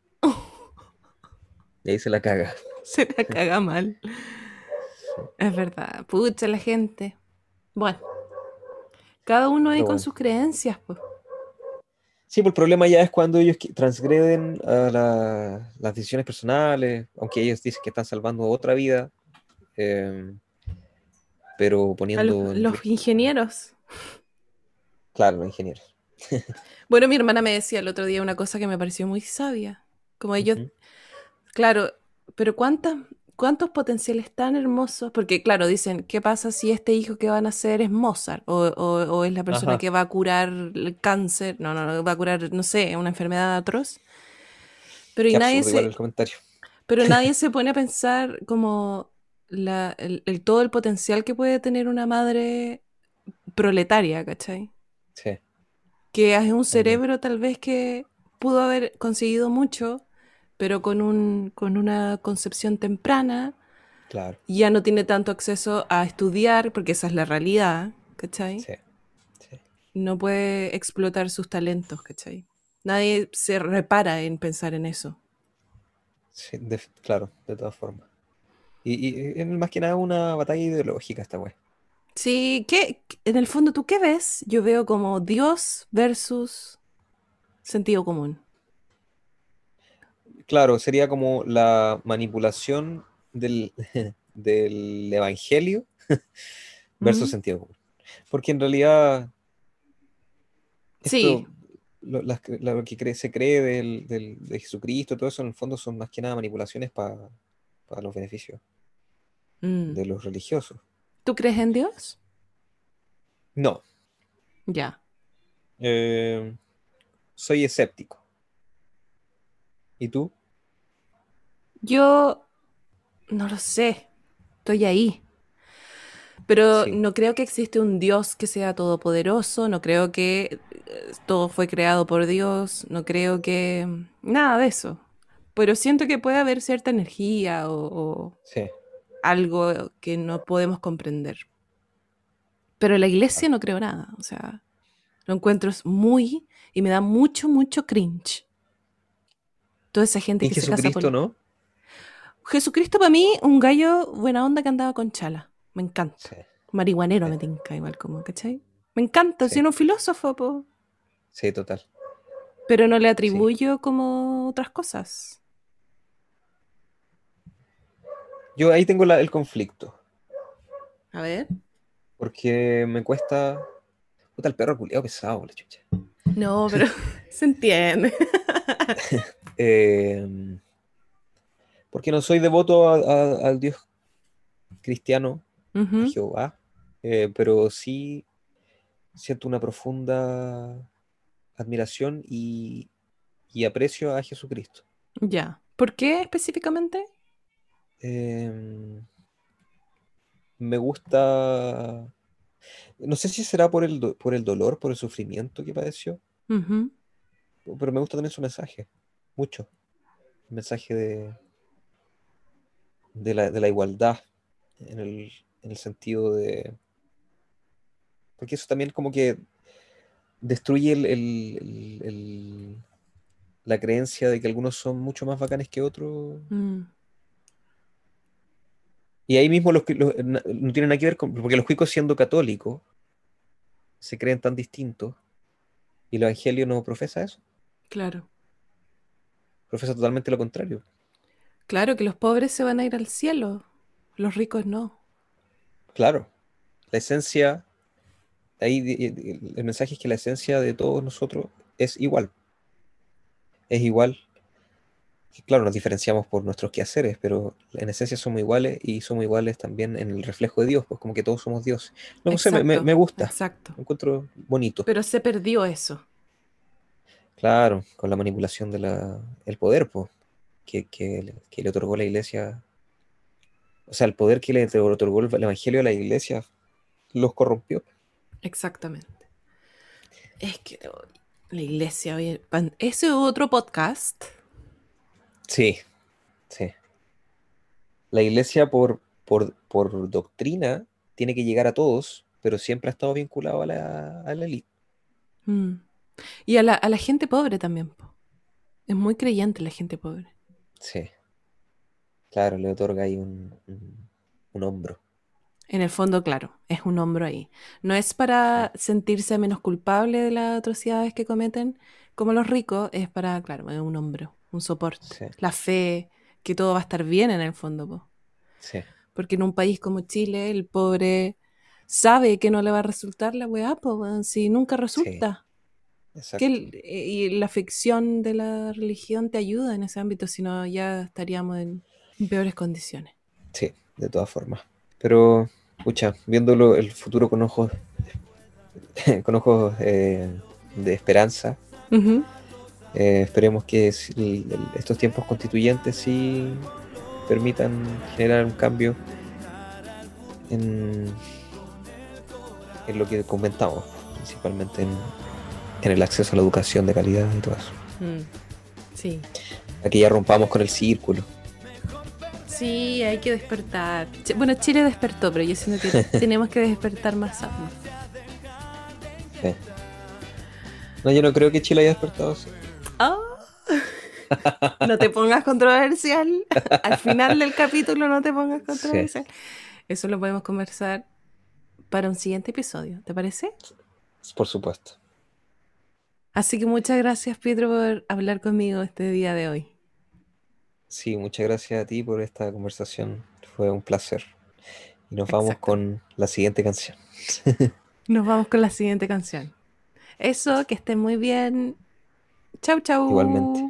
Y ahí se la caga. Se la caga mal. Es verdad. Pucha la gente. Bueno, cada uno ahí Pero con bueno. sus creencias, pues. Sí, pues el problema ya es cuando ellos transgreden a las decisiones personales, aunque ellos dicen que están salvando otra vida, eh, pero poniendo en Los riesgo, ingenieros. claro, los ingenieros. Bueno, mi hermana me decía el otro día una cosa que me pareció muy sabia. Como ellos, Ujú. claro, pero ¿cuántos potenciales tan hermosos? Porque, claro, dicen, ¿qué pasa si este hijo que van a hacer es Mozart? O es la persona Ajá, que va a curar el cáncer, no, va a curar, no sé, una enfermedad atroz. Pero, y qué nadie absurdo igual se, el comentario. pero nadie se pone a pensar como todo el potencial que puede tener una madre proletaria, ¿cachai? Sí, Que es un también, cerebro tal vez que pudo haber conseguido mucho, pero con una concepción temprana claro, y ya no tiene tanto acceso a estudiar, porque esa es la realidad, ¿cachai? sí, sí, No puede explotar sus talentos, ¿cachai? Nadie se repara en pensar en eso. sí, claro, de todas formas. Y es más que nada una batalla ideológica esta wea. Sí, en el fondo tú qué ves? Yo veo como Dios versus sentido común. Claro, sería como la manipulación del, del evangelio versus ¿Mm? sentido común. Porque en realidad Sí, esto, lo que se cree de Jesucristo, todo eso en el fondo son más que nada manipulaciones para los beneficios mm. de los religiosos. ¿Tú crees en Dios? No, Ya. eh, soy escéptico. ¿Y tú? Yo no lo sé, estoy ahí. Pero Sí, no creo que existe un Dios que sea todopoderoso, no creo que todo fue creado por Dios, no creo que nada de eso. Pero siento que puede haber cierta energía o sí. algo que no podemos comprender. Pero en la iglesia no creo nada, o sea, lo encuentro muy y me da mucho cringe. Toda esa gente En que se casa por... Jesucristo no. Jesucristo para mí, un gallo buena onda que andaba con chala. Me Sí, encanta. Marihuanero sí, me tinca igual como, ¿cachai? Me encanta, sí, soy un filósofo, po. sí, total. Pero no le Sí. atribuyo como otras cosas. Yo ahí tengo el conflicto, A ver. porque me cuesta... Puta, el perro culiao pesado, la chucha. No, pero se entiende. Eh, porque no soy devoto al Dios cristiano, a Ujú. Jehová, pero sí siento una profunda admiración y aprecio a Jesucristo. Ya. ¿Por qué específicamente? Eh, Me gusta, no sé si será por por el dolor, por el sufrimiento que padeció, Ujú. pero me gusta también su mensaje, mucho. El mensaje de la igualdad en el sentido de... Porque eso también como que destruye la creencia de que algunos son mucho más bacanes que otros. Mm. Y ahí mismo no tienen nada que ver con... Porque los cuicos siendo católicos se creen tan distintos y el Evangelio no profesa eso. Claro. profesa totalmente lo contrario. Claro que los pobres se van a ir al cielo, los ricos no. Claro, la esencia, el mensaje es que la esencia de todos nosotros es igual. Es igual. Claro, nos diferenciamos por nuestros quehaceres, pero en esencia somos iguales y somos iguales también en el reflejo de Dios, pues como que todos somos Dios. No sé, Exacto, me gusta, exacto. lo encuentro bonito. Pero se perdió eso. Claro, con la manipulación del poder, pues, que le otorgó la iglesia, o sea, el poder que le otorgó el evangelio a la iglesia los corrompió. Exactamente. Es que la iglesia, oye, ese es otro podcast. Sí, sí. La iglesia por doctrina tiene que llegar a todos, pero siempre ha estado vinculado a la élite. Mm. Y a la gente pobre también, po. Es muy creyente la gente pobre. Sí, claro, le otorga ahí un hombro. En el fondo, claro, es un hombro ahí. No es para sentirse menos culpable de las atrocidades que cometen como los ricos, es para, claro, es un hombro, un soporte. Sí, La fe, que todo va a estar bien en el fondo, po. sí, Porque en un país como Chile, el pobre sabe que no le va a resultar la weá, po, weón, si nunca sí, resulta. exacto. Y la ficción de la religión te ayuda en ese ámbito, si no ya estaríamos en peores condiciones. Sí, de todas formas. Pero, escucha, viéndolo el futuro con ojos de esperanza, Ujú. esperemos que estos tiempos constituyentes sí permitan generar un cambio en, en lo que comentamos, principalmente en el acceso a la educación de calidad y todo eso. Mm, sí. Aquí ya rompamos con el círculo. Sí, hay que despertar. Bueno, Chile despertó, pero yo siento que tenemos que despertar más aún. Sí. No, yo no creo que Chile haya despertado así. Oh, no te pongas controversial. Al final del capítulo no te pongas Sí, controversial. Eso lo podemos conversar para un siguiente episodio, ¿te parece? por supuesto. Así que muchas gracias, Pedro, por hablar conmigo este día de hoy. Sí, muchas gracias a ti por esta conversación. Fue un placer. Y nos vamos Exacto. con la siguiente canción. Nos vamos con la siguiente canción. Eso, que estén muy bien. Chau, Igualmente. chau.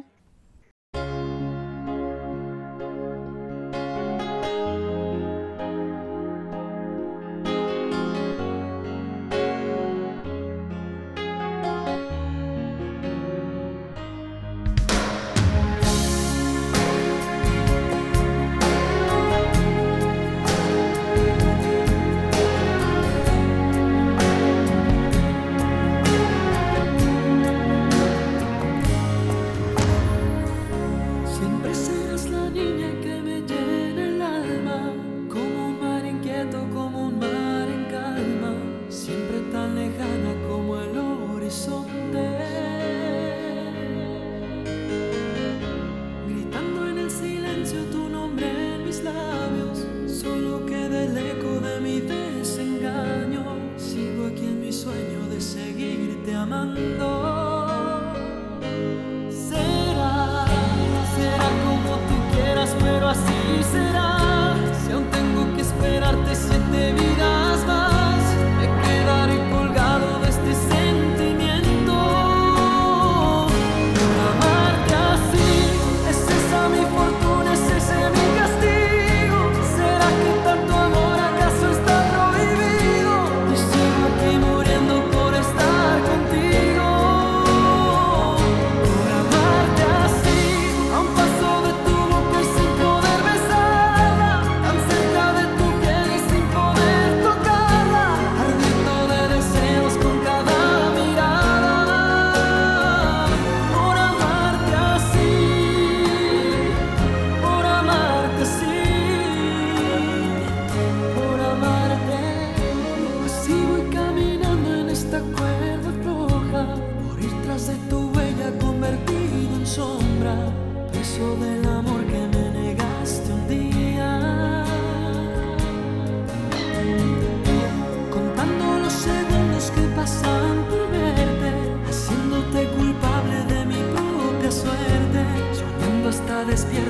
Siempre serás la niña que me llena el alma, como un mar inquieto, como un mar en calma, siempre tan lejana como el horizonte. Gritando en el silencio tu nombre en mis labios, solo queda el eco de mi desengaño. Sigo aquí en mi sueño de seguirte amando. Será como tú quieras, pero así será. Si aún tengo que esperarte 7 vidas más, me quedaré colgado de este sentimiento. Por amarte así, es esa mi fortuna, es ese mi castigo. ¿Será que tanto amor acaso está prohibido? Y sigo aquí muriendo por estar contigo. Por amarte así, a un paso de tu boca y sin poder besarla, tan cerca de tu piel y sin poder tocarla, ardiendo de deseos con cada mirada. Por amarte así, por amarte así, por amarte. Así voy caminando en esta cuerda floja, por ir tras de tu huella convertido en sombra, preso del amor que me negaste un día. Contando los segundos que pasan por verte, haciéndote culpable de mi propia suerte, soñando despierta.